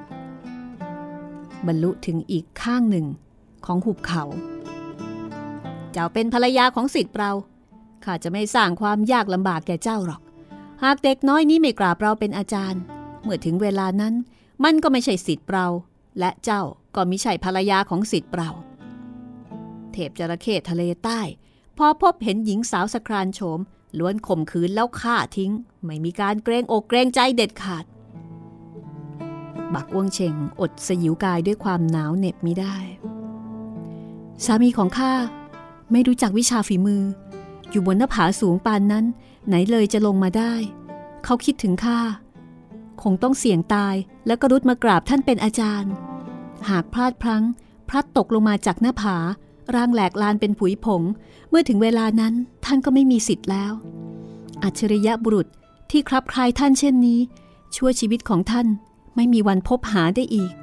บรรลุถึงอีกข้างหนึ่งของหุบเขาเจ้าเป็นภรรยาของศิษย์เราข้าจะไม่สร้างความยากลำบากแก่เจ้าหรอกหากเด็กน้อยนี้ไม่กราบเราเป็นอาจารย์เมื่อถึงเวลานั้นมันก็ไม่ใช่ศิษย์เราและเจ้าก็มิใช่ภรรยาของศิษย์เราเทพจระเข้ทะเลใต้พอพบเห็นหญิงสาวสครานโฉมล้วนข่มขืนแล้วฆ่าทิ้งไม่มีการเกรงอกเกรงใจเด็ดขาดบักอ้วงเชงอดสยิวกายด้วยความหนาวเหน็บมิได้สามีของข้าไม่รู้จักวิชาฝีมืออยู่บนหน้าผาสูงปานนั้นไหนเลยจะลงมาได้เขาคิดถึงข้าคงต้องเสี่ยงตายแล้วก็รุดมากราบท่านเป็นอาจารย์หากพลาดพลั้งพลัดตกลงมาจากหน้าผาร่างแหลกลานเป็นผุยผงเมื่อถึงเวลานั้นท่านก็ไม่มีสิทธิ์แล้วอัจฉริยะบุรุษที่คลับคลายท่านเช่นนี้ชั่วชีวิตของท่านไม่มีวันพบหาได้อีก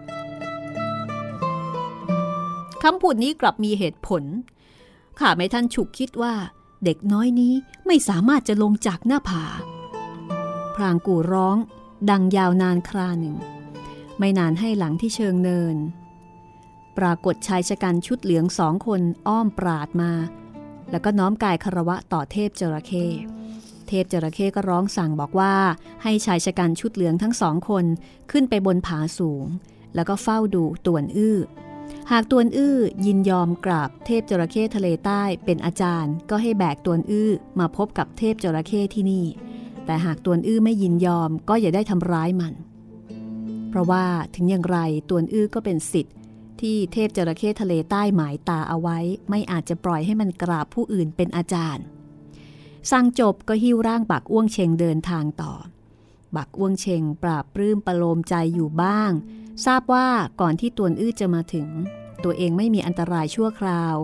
คำพูดนี้กลับมีเหตุผลข้าไม่ทันฉุกคิดว่าเด็กน้อยนี้ไม่สามารถจะลงจากหน้าผาพรางกู่ร้องดังยาวนานคราหนึ่งไม่นานให้หลังที่เชิงเนินปรากฏชายชะกันชุดเหลือง2 คนอ้อมปราดมาแล้วก็น้อมกายคารวะต่อเทพจระเข้เทพจระเข้ก็ร้องสั่งบอกว่าให้ชายชะกันชุดเหลืองทั้ง2 คนขึ้นไปบนผาสูงแล้วก็เฝ้าดูตวนอื้อหากตวนอื้อยินยอมกราบเทพจระเข้ทะเลใต้เป็นอาจารย์ก็ให้แบกตวนอื้อมาพบกับเทพจระเข้ที่นี่แต่หากตวนอื้อไม่ยินยอมก็อย่าได้ทำร้ายมันเพราะว่าถึงอย่างไรตวนอื้อก็เป็นศิษย์ที่เทพจระเข้ทะเลใต้หมายตาเอาไว้ไม่อาจจะปล่อยให้มันกราบผู้อื่นเป็นอาจารย์สั่งจบก็หิ้วร่างบักอ้วงเชงเดินทางต่อบักอ้วงเชงปราบปลื้มประโลมใจอยู่บ้างทราบว่าก่อนที่ตวนอื้อจะมาถึงตัวเองไม่มีอันตรายชั่วคราว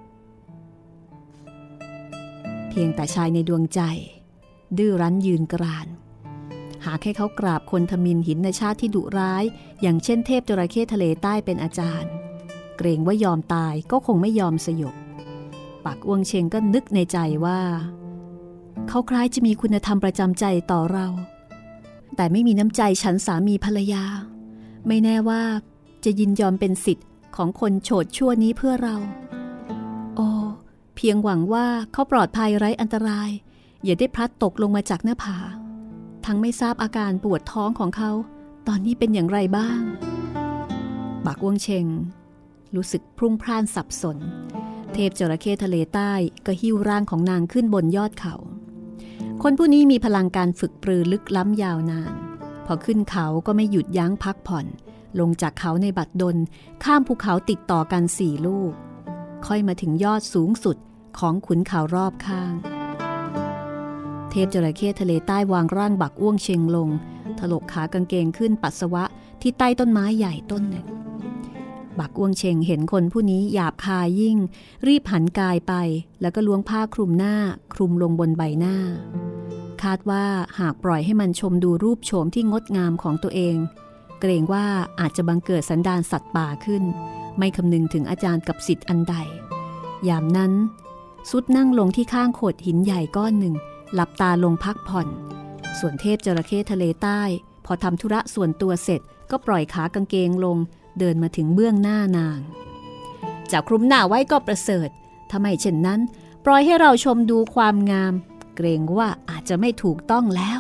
เพียงแต่ชายในดวงใจดื้อรั้นยืนกรานหากให้เขากราบคนทมิฬหินในชาติที่ดุร้ายอย่างเช่นเทพจระเข้ทะเลใต้เป็นอาจารย์เกรงว่ายอมตายก็คงไม่ยอมสยบปักอ้วงเชงก็นึกในใจว่าเขาคล้ายจะมีคุณธรรมประจำใจต่อเราแต่ไม่มีน้ำใจฉันสามีภรรยาไม่แน่ว่าจะยินยอมเป็นศิษย์ของคนโฉดชั่วนี้เพื่อเราโอ้เพียงหวังว่าเขาปลอดภัยไร้อันตรายอย่าได้พลัดตกลงมาจากหน้าผาทั้งไม่ทราบอาการปวดท้องของเขาตอนนี้เป็นอย่างไรบ้างบักอ้วงเชงรู้สึกพรุ่งพล่านสับสนเทพจระเข้ทะเลใต้ก็หิ้วร่างของนางขึ้นบนยอดเขาคนผู้นี้มีพลังการฝึกปรือลึกล้ำยาวนานพอขึ้นเขาก็ไม่หยุดยั้งพักผ่อนลงจากเขาในบัดดลข้ามภูเขาติดต่อกัน4 ลูกค่อยมาถึงยอดสูงสุดของขุนเขารอบข้างเทพจระเข้ทะเลใต้วางร่างบักอ้วงเชงลงถลกขากางเกงขึ้นปัสสาวะที่ใต้ต้นไม้ใหญ่ต้นหนึ่งบักอ้วงเชงเห็นคนผู้นี้หยาบคายยิ่งรีบหันกายไปแล้วก็ล้วงผ้าคลุมหน้าคลุมลงบนใบหน้าคาดว่าหากปล่อยให้มันชมดูรูปโฉมที่งดงามของตัวเองเกรงว่าอาจจะบังเกิดสันดานสัตว์ป่าขึ้นไม่คำนึงถึงอาจารย์กับศิษย์อันใดยามนั้นสุดนั่งลงที่ข้างโขดหินใหญ่ก้อนหนึ่งหลับตาลงพักผ่อนส่วนเทพจระเข้ทะเลใต้พอทำธุระส่วนตัวเสร็จก็ปล่อยขากางเกงลงเดินมาถึงเบื้องหน้านางจะคลุมหน้าไว้ก็ประเสริฐทำไมเช่นนั้นปล่อยให้เราชมดูความงามเกรงว่าอาจจะไม่ถูกต้องแล้ว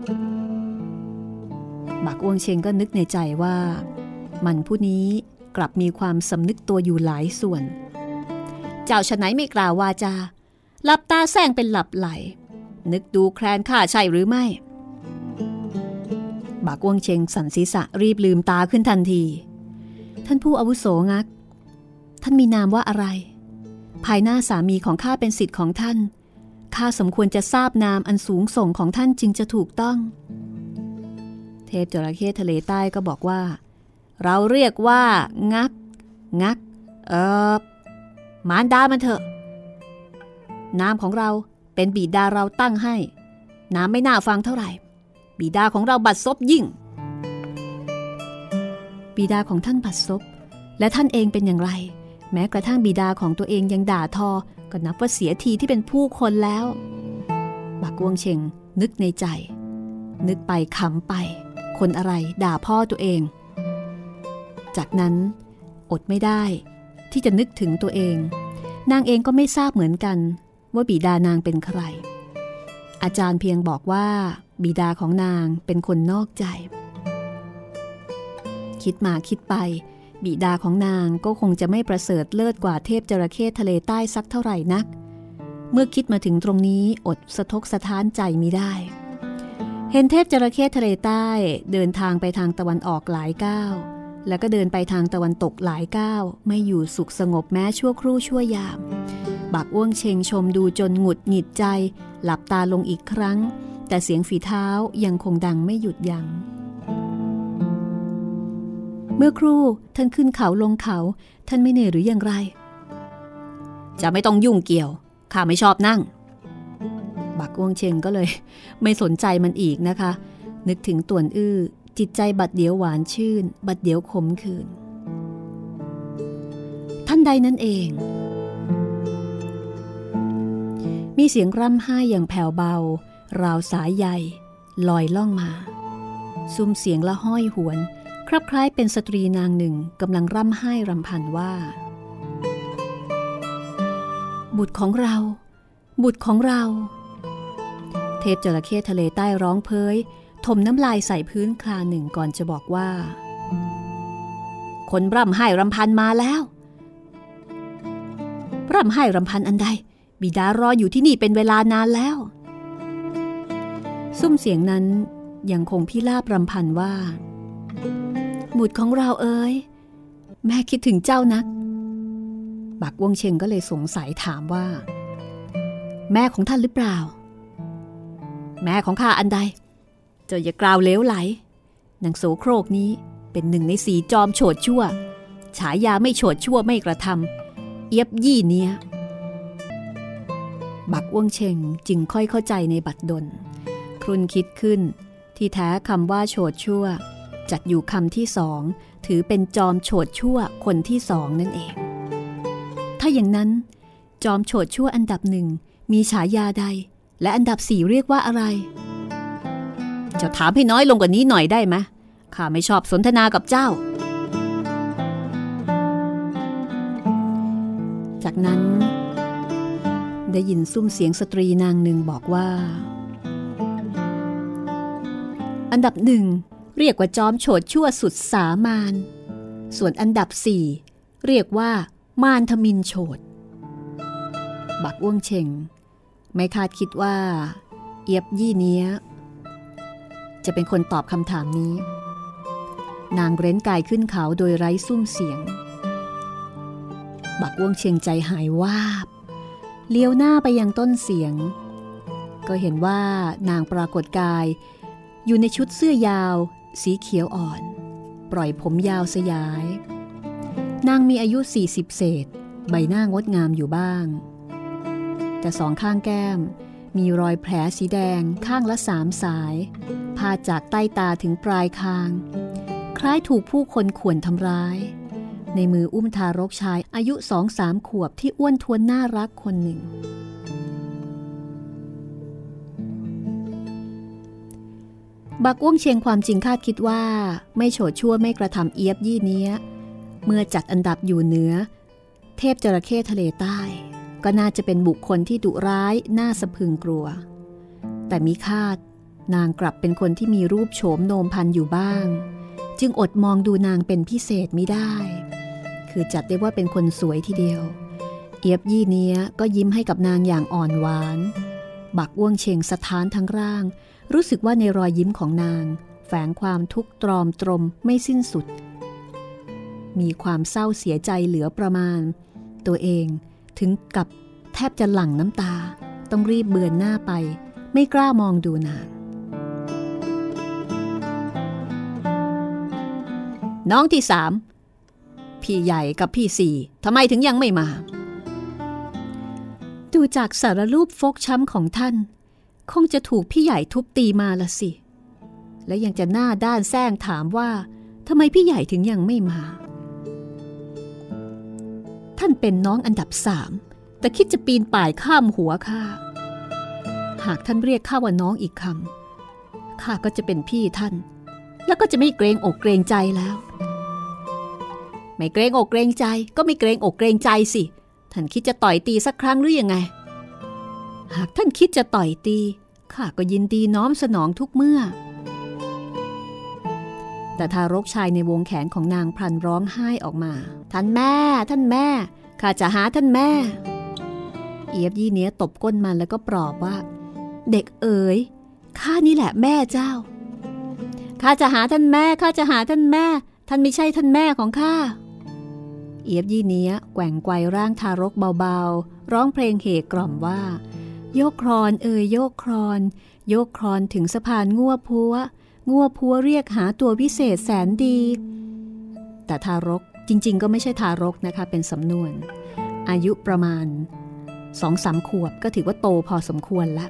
บักอ้วงเชงก็นึกในใจว่ามันผู้นี้กลับมีความสำนึกตัวอยู่หลายส่วนเจ้าฉะไหนไม่กล่าววาจาหลับตาแซงเป็นหลับไหลนึกดูแคลนข้าใช่หรือไม่บักอ้วงเชงสั่นศีรษะรีบลืมตาขึ้นทันทีท่านผู้อาวุโสงักท่านมีนามว่าอะไรภายหน้าสามีของข้าเป็นศิษย์ของท่านข้าสมควรจะทราบนามอันสูงส่งของท่านจึงจะถูกต้องเทพจระเข้ทะเลใต้ก็บอกว่าเราเรียกว่างักมารดามันเถอะนามของเราเป็นบิดาเราตั้งให้นามไม่น่าฟังเท่าไหร่บิดาของเราบัดซบยิ่งบิดาของท่านบัดซบและท่านเองเป็นอย่างไรแม้กระทั่งบิดาของตัวเองยังด่าทอก็นับว่าเสียทีที่เป็นผู้คนแล้วบักกวงเชงนึกในใจนึกไปขำไปคนอะไรด่าพ่อตัวเองจากนั้นอดไม่ได้ที่จะนึกถึงตัวเองนางเองก็ไม่ทราบเหมือนกันว่าบิดานางเป็นใครอาจารย์เพียงบอกว่าบิดาของนางเป็นคนนอกใจคิดมาคิดไปบิดาของนางก็คงจะไม่ประเสริฐเลิศกว่าเทพจระเข้ทะเลใต้สักเท่าไหร่นักเมื่อคิดมาถึงตรงนี้อดสะทกสะท้านใจมิได้เห็นเทพจระเข้ทะเลใต้เดินทางไปทางตะวันออกหลายก้าวแล้วก็เดินไปทางตะวันตกหลายก้าวไม่อยู่สุขสงบแม้ชั่วครู่ชั่วยามบักอ้วงเชงชมดูจนหงุดหงิดใจหลับตาลงอีกครั้งแต่เสียงฝีเท้ายังคงดังไม่หยุดยั้งเมื่อครู่ท่านขึ้นเขาลงเขาท่านไม่เหนื่อยหรืออย่างไรจะไม่ต้องยุ่งเกี่ยวข้าไม่ชอบนั่งบักอ้วงเชงก็เลยไม่สนใจมันอีกนะคะนึกถึงต่วนอื้อจิตใจบัดเดี๋ยวหวานชื่นบัดเดี๋ยวขมขื่นท่านใดนั่นเองมีเสียงร่ำไห้อย่างแผ่วเบาราวสายใยลอยล่องมาซุ้มเสียงละห้อยหวนคลับคล้ายเป็นสตรีนางหนึ่งกำลังร่ำไห้รำพันว่าบุตรของเราบุตรของเราเทพจระเข้ทะเลใต้ร้องเพ้ยถมน้ำลายใส่พื้นคลาหนึ่งก่อนจะบอกว่าคนร่ำไห้รำพันมาแล้วร่ำไห้รำพันอันใดบิดารออยู่ที่นี่เป็นเวลานานแล้วซุ้มเสียงนั้นยังคงพิลาบรำพันว่าบุตรของเราเอ๋ยแม่คิดถึงเจ้านักบักวงเชงก็เลยสงสัยถามว่าแม่ของท่านหรือเปล่าแม่ของข้าอันใดเจ้าอย่ากล่าวเลวไหลนางโสโครกนี้เป็น1 ใน 4จอมโฉดชั่วฉายาไม่โฉดชั่วไม่กระทำเอียบยี่เนี้ยบักอ้วงเชงจึงค่อยเข้าใจในบัดดลครุ่นคิดขึ้นที่แท้คำว่าโฉดชั่วจัดอยู่คำที่2ถือเป็นจอมโฉดชั่วคนที่2นั่นเองถ้าอย่างนั้นจอมโฉดชั่วอันดับ1มีฉายาใดและอันดับ4เรียกว่าอะไรจะถามให้น้อยลงกว่านี้หน่อยได้ไหมข้าไม่ชอบสนทนากับเจ้าจากนั้นได้ยินซุ้มเสียงสตรีนางหนึ่งบอกว่าอันดับ1เรียกว่าจอมโฉดชั่วสุดสามานส่วนอันดับ4เรียกว่ามารทมิฬโฉดบักอ้วงเชงไม่คาดคิดว่าเอียบยี่เนี้ยจะเป็นคนตอบคำถามนี้นางเร้นกายขึ้นเขาโดยไร้ซุ้มเสียงบักอ้วงเชงใจหายวาบเลี้ยวหน้าไปยังต้นเสียงก็เห็นว่านางปรากฏกายอยู่ในชุดเสื้อยาวสีเขียวอ่อนปล่อยผมยาวสยายนางมีอายุ40เศษใบหน้างดงามอยู่บ้างแต่สองข้างแก้มมีรอยแผลสีแดงข้างละ3 สายพาดจากใต้ตาถึงปลายคางคล้ายถูกผู้คนข่วนทำร้ายในมืออุ้มทารกชายอายุ 2-3 ขวบที่อ้วนท้วนน่ารักคนหนึ่งบักอ้วงเชียงความจริงคาดคิดว่าไม่โฉดชั่วไม่กระทำเอียบยี่เนี้ยเมื่อจัดอันดับอยู่เหนือเทพจระเข้ทะเลใต้ก็น่าจะเป็นบุคคลที่ดุร้ายน่าสะพรึงกลัวแต่มิคาดนางกลับเป็นคนที่มีรูปโฉมโนมพันอยู่บ้างจึงอดมองดูนางเป็นพิเศษไม่ได้คือจัดได้ว่าเป็นคนสวยทีเดียวเอียบยี่เนี้ยก็ยิ้มให้กับนางอย่างอ่อนหวานบักอ้วงเชงสะท้านทั้งร่างรู้สึกว่าในรอยยิ้มของนางแฝงความทุกข์ตรอมตรมไม่สิ้นสุดมีความเศร้าเสียใจเหลือประมาณตัวเองถึงกับแทบจะหลั่งน้ำตาต้องรีบเบือนหน้าไปไม่กล้ามองดูนางน้องที่3พี่ใหญ่กับพี่4ทำไมถึงยังไม่มาดูจากสารรูปฟกช้ำของท่านคงจะถูกพี่ใหญ่ทุบตีมาละสิและยังจะหน้าด้านแซงถามว่าทำไมพี่ใหญ่ถึงยังไม่มาท่านเป็นน้องอันดับ3แต่คิดจะปีนป่ายข้ามหัวข้าหากท่านเรียกข้าว่าน้องอีกคำข้าก็จะเป็นพี่ท่านแล้วก็จะไม่เกรงอกเกรงใจแล้วไม่เกรงอกเกรงใจก็ไม่เกรงอกเกรงใจสิท่านคิดจะต่อยตีสักครั้งหรือยังไงหากท่านคิดจะต่อยตีข้าก็ยินดีน้อมสนองทุกเมื่อแต่ทารกชายในวงแขนของนางพลันร้องไห้ออกมาท่านแม่ข้าจะหาท่านแม่เอียบยี่เนี้ยตบก้นมันแล้วก็ปลอบว่าเด็กเอ๋ยข้านี่แหละแม่เจ้าข้าจะหาท่านแม่ข้าจะหาท่านแม่ท่านไม่ใช่ท่านแม่ของข้าเอียบยี่เนี้ยแกว่งไกวร่างทารกเบาๆร้องเพลงเฮกล่อมว่าโยกครอนเอ๋ยโยกครอนโยกครอนถึงสะพานงัวพัวเรียกหาตัววิเศษแสนดีแต่ทารกจริงๆก็ไม่ใช่ทารกนะคะเป็นสำนวนอายุประมาณ 2-3 ขวบก็ถือว่าโตพอสมควรแล้ว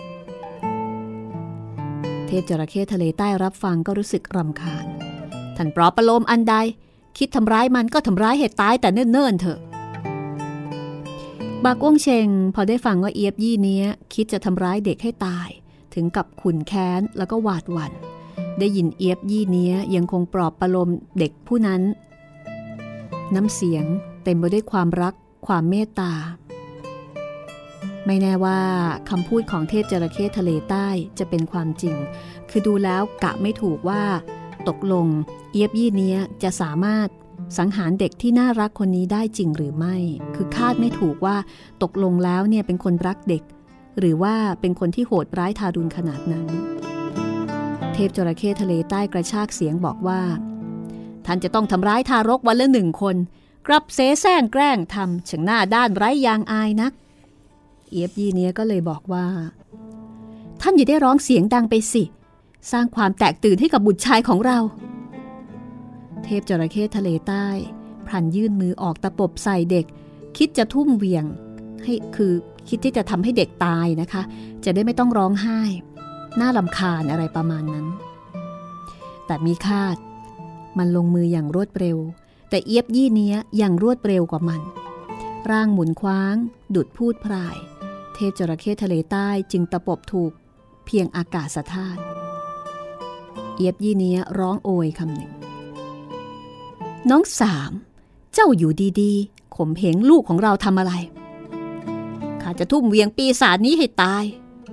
เทพจระเข้ทะเลใต้รับฟังก็รู้สึกรำคาญท่านปลอบประโลมอันใดคิดทำร้ายมันก็ทำร้ายเหตุตายแต่เนิ่นๆเถอะบากอ้วงเชงพอได้ฟังว่าเอียบยี่เนี้ยคิดจะทำร้ายเด็กให้ตายถึงกับขุ่นแค้นแล้วก็หวาดหวั่นได้ยินเอียบยี่เนี้ยยังคงปลอบประโลมเด็กผู้นั้นน้ำเสียงเต็มไปด้วยความรักความเมตตาไม่แน่ว่าคำพูดของเทพจระเข้ทะเลใต้จะเป็นความจริงคือดูแล้วกะไม่ถูกว่าตกลงเอียบยี่เนี้ยจะสามารถสังหารเด็กที่น่ารักคนนี้ได้จริงหรือไม่คือคาดไม่ถูกว่าตกลงแล้วเนี่ยเป็นคนรักเด็กหรือว่าเป็นคนที่โหดร้ายทารุณขนาดนั้นเทพจระเข้ทะเลใต้กระชากเสียงบอกว่าท่านจะต้องทำร้ายทารกวันละ1 คนกลับเสแสร้งแกล้งทำช่างหน้าด้านไร้ยางอายนักเอียบยี่เนี้ยก็เลยบอกว่าท่านอย่าได้ร้องเสียงดังไปสิสร้างความแตกตื่นให้กับบุตรชายของเราเทพจระเข้ทะเลใต้พลันยื่นมือออกตะปบใส่เด็กคิดจะทุ่มเหวี่ยงให้คือคิดที่จะทำให้เด็กตายนะคะจะได้ไม่ต้องร้องไห้น่ารำคาญอะไรประมาณนั้นแต่มีคาดมันลงมืออย่างรวดเร็วแต่เอียบยี่เนี้ยยังรวดเร็วกว่ามันร่างหมุนคว้างดุดพูดพรายเทพจระเข้ทะเลใต้จึงตะปบถูกเพียงอากาศธาตุเอียบยี่เนี้ยร้องโอยคำหนึ่งน้อง3เจ้าอยู่ดีๆข่มเหงลูกของเราทำอะไรข้าจะทุ่มเวียงปีศาจนี้ให้ตาย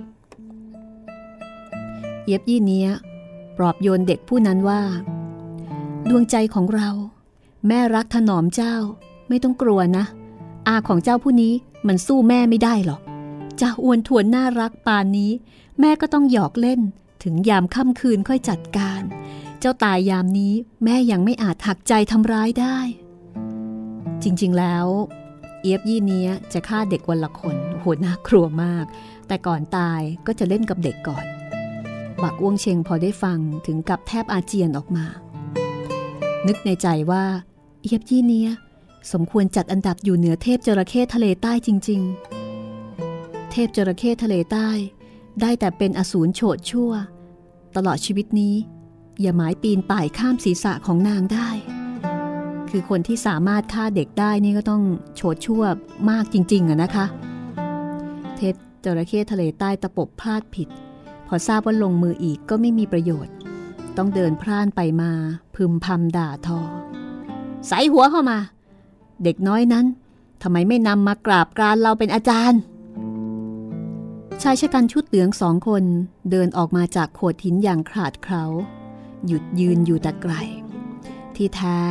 เอียบยี่เนี้ยปลอบโยนเด็กผู้นั้นว่าดวงใจของเราแม่รักถนอมเจ้าไม่ต้องกลัวนะอาของเจ้าผู้นี้มันสู้แม่ไม่ได้หรอกเจ้าอ้วนท้วนน่ารักปานนี้แม่ก็ต้องหยอกเล่นถึงยามค่ำคืนค่อยจัดการเจ้าตายยามนี้แม่ยังไม่อาจหักใจทำร้ายได้จริงๆแล้วเอียบยี่เนี้ยจะฆ่าเด็กวันละคนโหน่ากลัวมากแต่ก่อนตายก็จะเล่นกับเด็กก่อนบักอ้วงเชงพอได้ฟังถึงกับแทบอาเจียนออกมานึกในใจว่าเอียบยี่เนี้ยสมควรจัดอันดับอยู่เหนือเทพจระเข้ทะเลใต้จริงๆเทพจระเข้ทะเลใต้ได้แต่เป็นอสูรโฉดชั่วตลอดชีวิตนี้อย่าหมายปีนป่ายข้ามศีรษะของนางได้คือคนที่สามารถฆ่าเด็กได้นี่ก็ต้องโฉดชั่วมากจริงๆอะนะคะเทพจระเข้ทะเลใต้ตะปบพลาดผิดพอทราบว่าลงมืออีกก็ไม่มีประโยชน์ต้องเดินพล่านไปมาพึมพำด่าทอใส่หัวเข้ามาเด็กน้อยนั้นทำไมไม่นำมากราบกรานเราเป็นอาจารย์ชายชะกันชุดเหลือง2 คนเดินออกมาจากโขดหินอย่างขลาดเคล้าหยุดยืนอยู่แต่ไกลที่แท้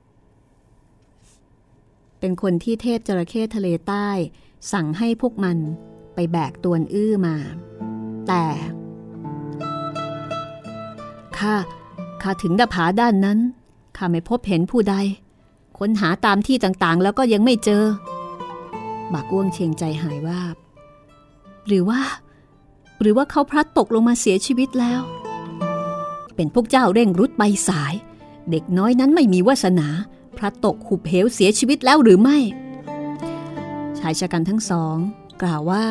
เป็นคนที่เทพจระเข้ทะเลใต้สั่งให้พวกมันไปแบกตวนอื้อมาแต่ข้าถึงหน้าผาด้านนั้นข้าไม่พบเห็นผู้ใดค้นหาตามที่ต่างๆแล้วก็ยังไม่เจอบักอ้วงเชงใจหายวาบหรือว่าเขาพลัดตกลงมาเสียชีวิตแล้วเป็นพวกเจ้าเร่งรุดไปสายเด็กน้อยนั้นไม่มีวาสนาพลัดตกหุบเหวเสียชีวิตแล้วหรือไม่ชายชะกันทั้งสองกล่าวว่า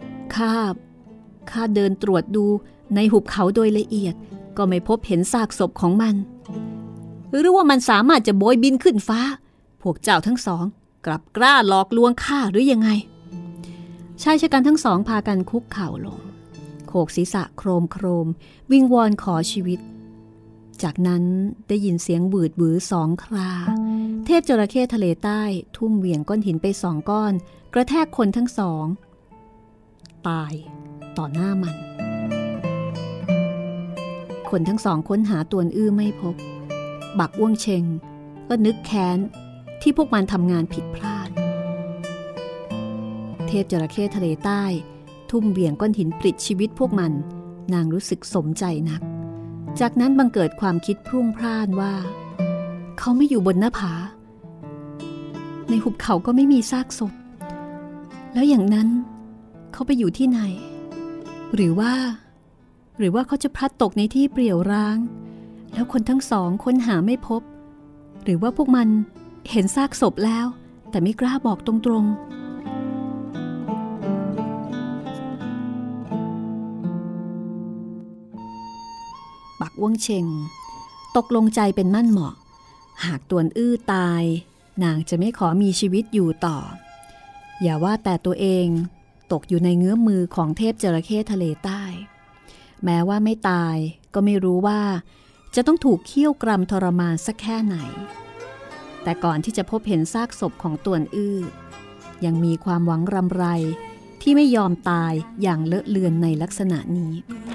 ข้าเดินตรวจดูในหุบเขาโดยละเอียดก็ไม่พบเห็นซากศพของมันหรือว่ามันสามารถจะโบยบินขึ้นฟ้าพวกเจ้าทั้งสองกลับกล้าหลอกลวงข้าหรือยังไงชายชะกันทั้งสองพากันคุกเข่าลงโขกศีรษะโครมวิงวอนขอชีวิตจากนั้นได้ยินเสียงบืดบื้อสองคราเทพจระเข้ทะเลใต้ทุ่มเหวี่ยงก้อนหินไป2 ก้อนกระแทกคนทั้งสองตายต่อหน้ามันคนทั้งสองค้นหาตวนอื้อไม่พบบักอ้วงเชงก็นึกแค้นที่พวกมันทำงานผิดพลาดเทพจระเข้ทะเลใต้ทุ่มเหวี่ยงก้อนหินปลิดชีวิตพวกมันนางรู้สึกสมใจนักจากนั้นบังเกิดความคิดพรุ่งพล่านว่าเขาไม่อยู่บนหน้าผาในหุบเขาก็ไม่มีซากศพแล้วอย่างนั้นเขาไปอยู่ที่ไหนหรือว่าเขาจะพลัดตกในที่เปลี่ยวร้างแล้วคนทั้งสองค้นหาไม่พบหรือว่าพวกมันเห็นซากศพแล้วแต่ไม่กล้าบอกตรงๆบักอ้วงเชงตกลงใจเป็นมั่นเหมาะหากตวนอื้อตายนางจะไม่ขอมีชีวิตอยู่ต่ออย่าว่าแต่ตัวเองตกอยู่ในเงื้อมมือของเทพจระเข้ทะเลใต้แม้ว่าไม่ตายก็ไม่รู้ว่าจะต้องถูกเคี่ยวกรำทรมานสักแค่ไหนแต่ก่อนที่จะพบเห็นซากศพของตวนอื้อยังมีความหวังรำไรที่ไม่ยอมตายอย่างเลอะเลือนในลักษณะนี้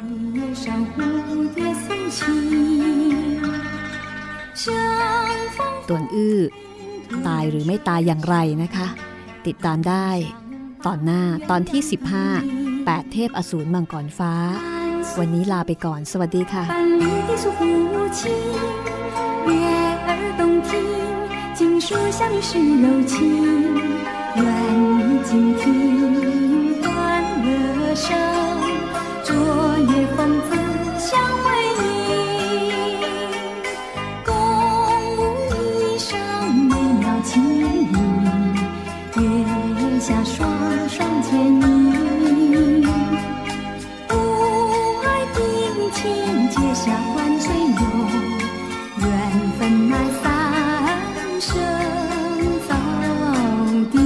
ตวนอื้อตายหรือไม่ตายอย่างไรนะคะติดตามได้ตอนหน้าตอนที่15 8เทพอสูรมังกรฟ้าวันนี้ลาไปก่อนสวัสดีค่ะ锦书像是柔情，愿你静听欢乐声，昨夜风子相会应，共舞霓裳美妙情意，月下双双牵引，吾爱定情结下万岁友，缘分乃三生早定。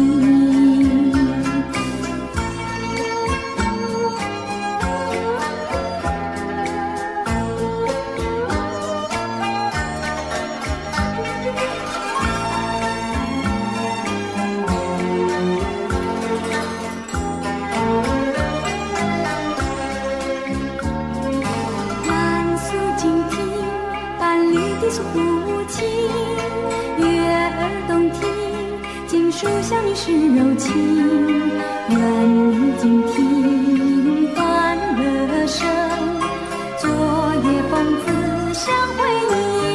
万素静听，半里的诉情。悦耳动听，锦书像你是柔情，愿你静听欢乐声，昨夜风子相会应，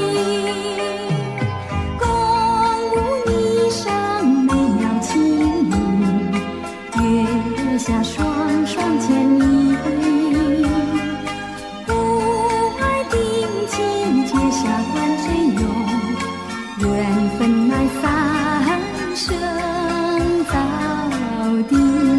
共舞霓裳美妙情意，月下双双牵引，吾爱定情结下万岁友，缘分乃三生早定。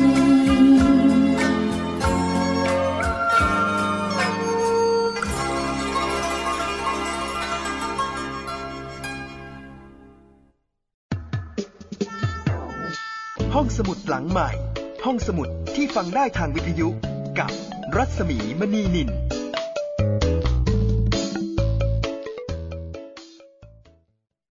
ห้องสมุดหลังใหม่ห้องสมุดที่ฟังได้ทางวิทยุกับรัศมีมณีนิน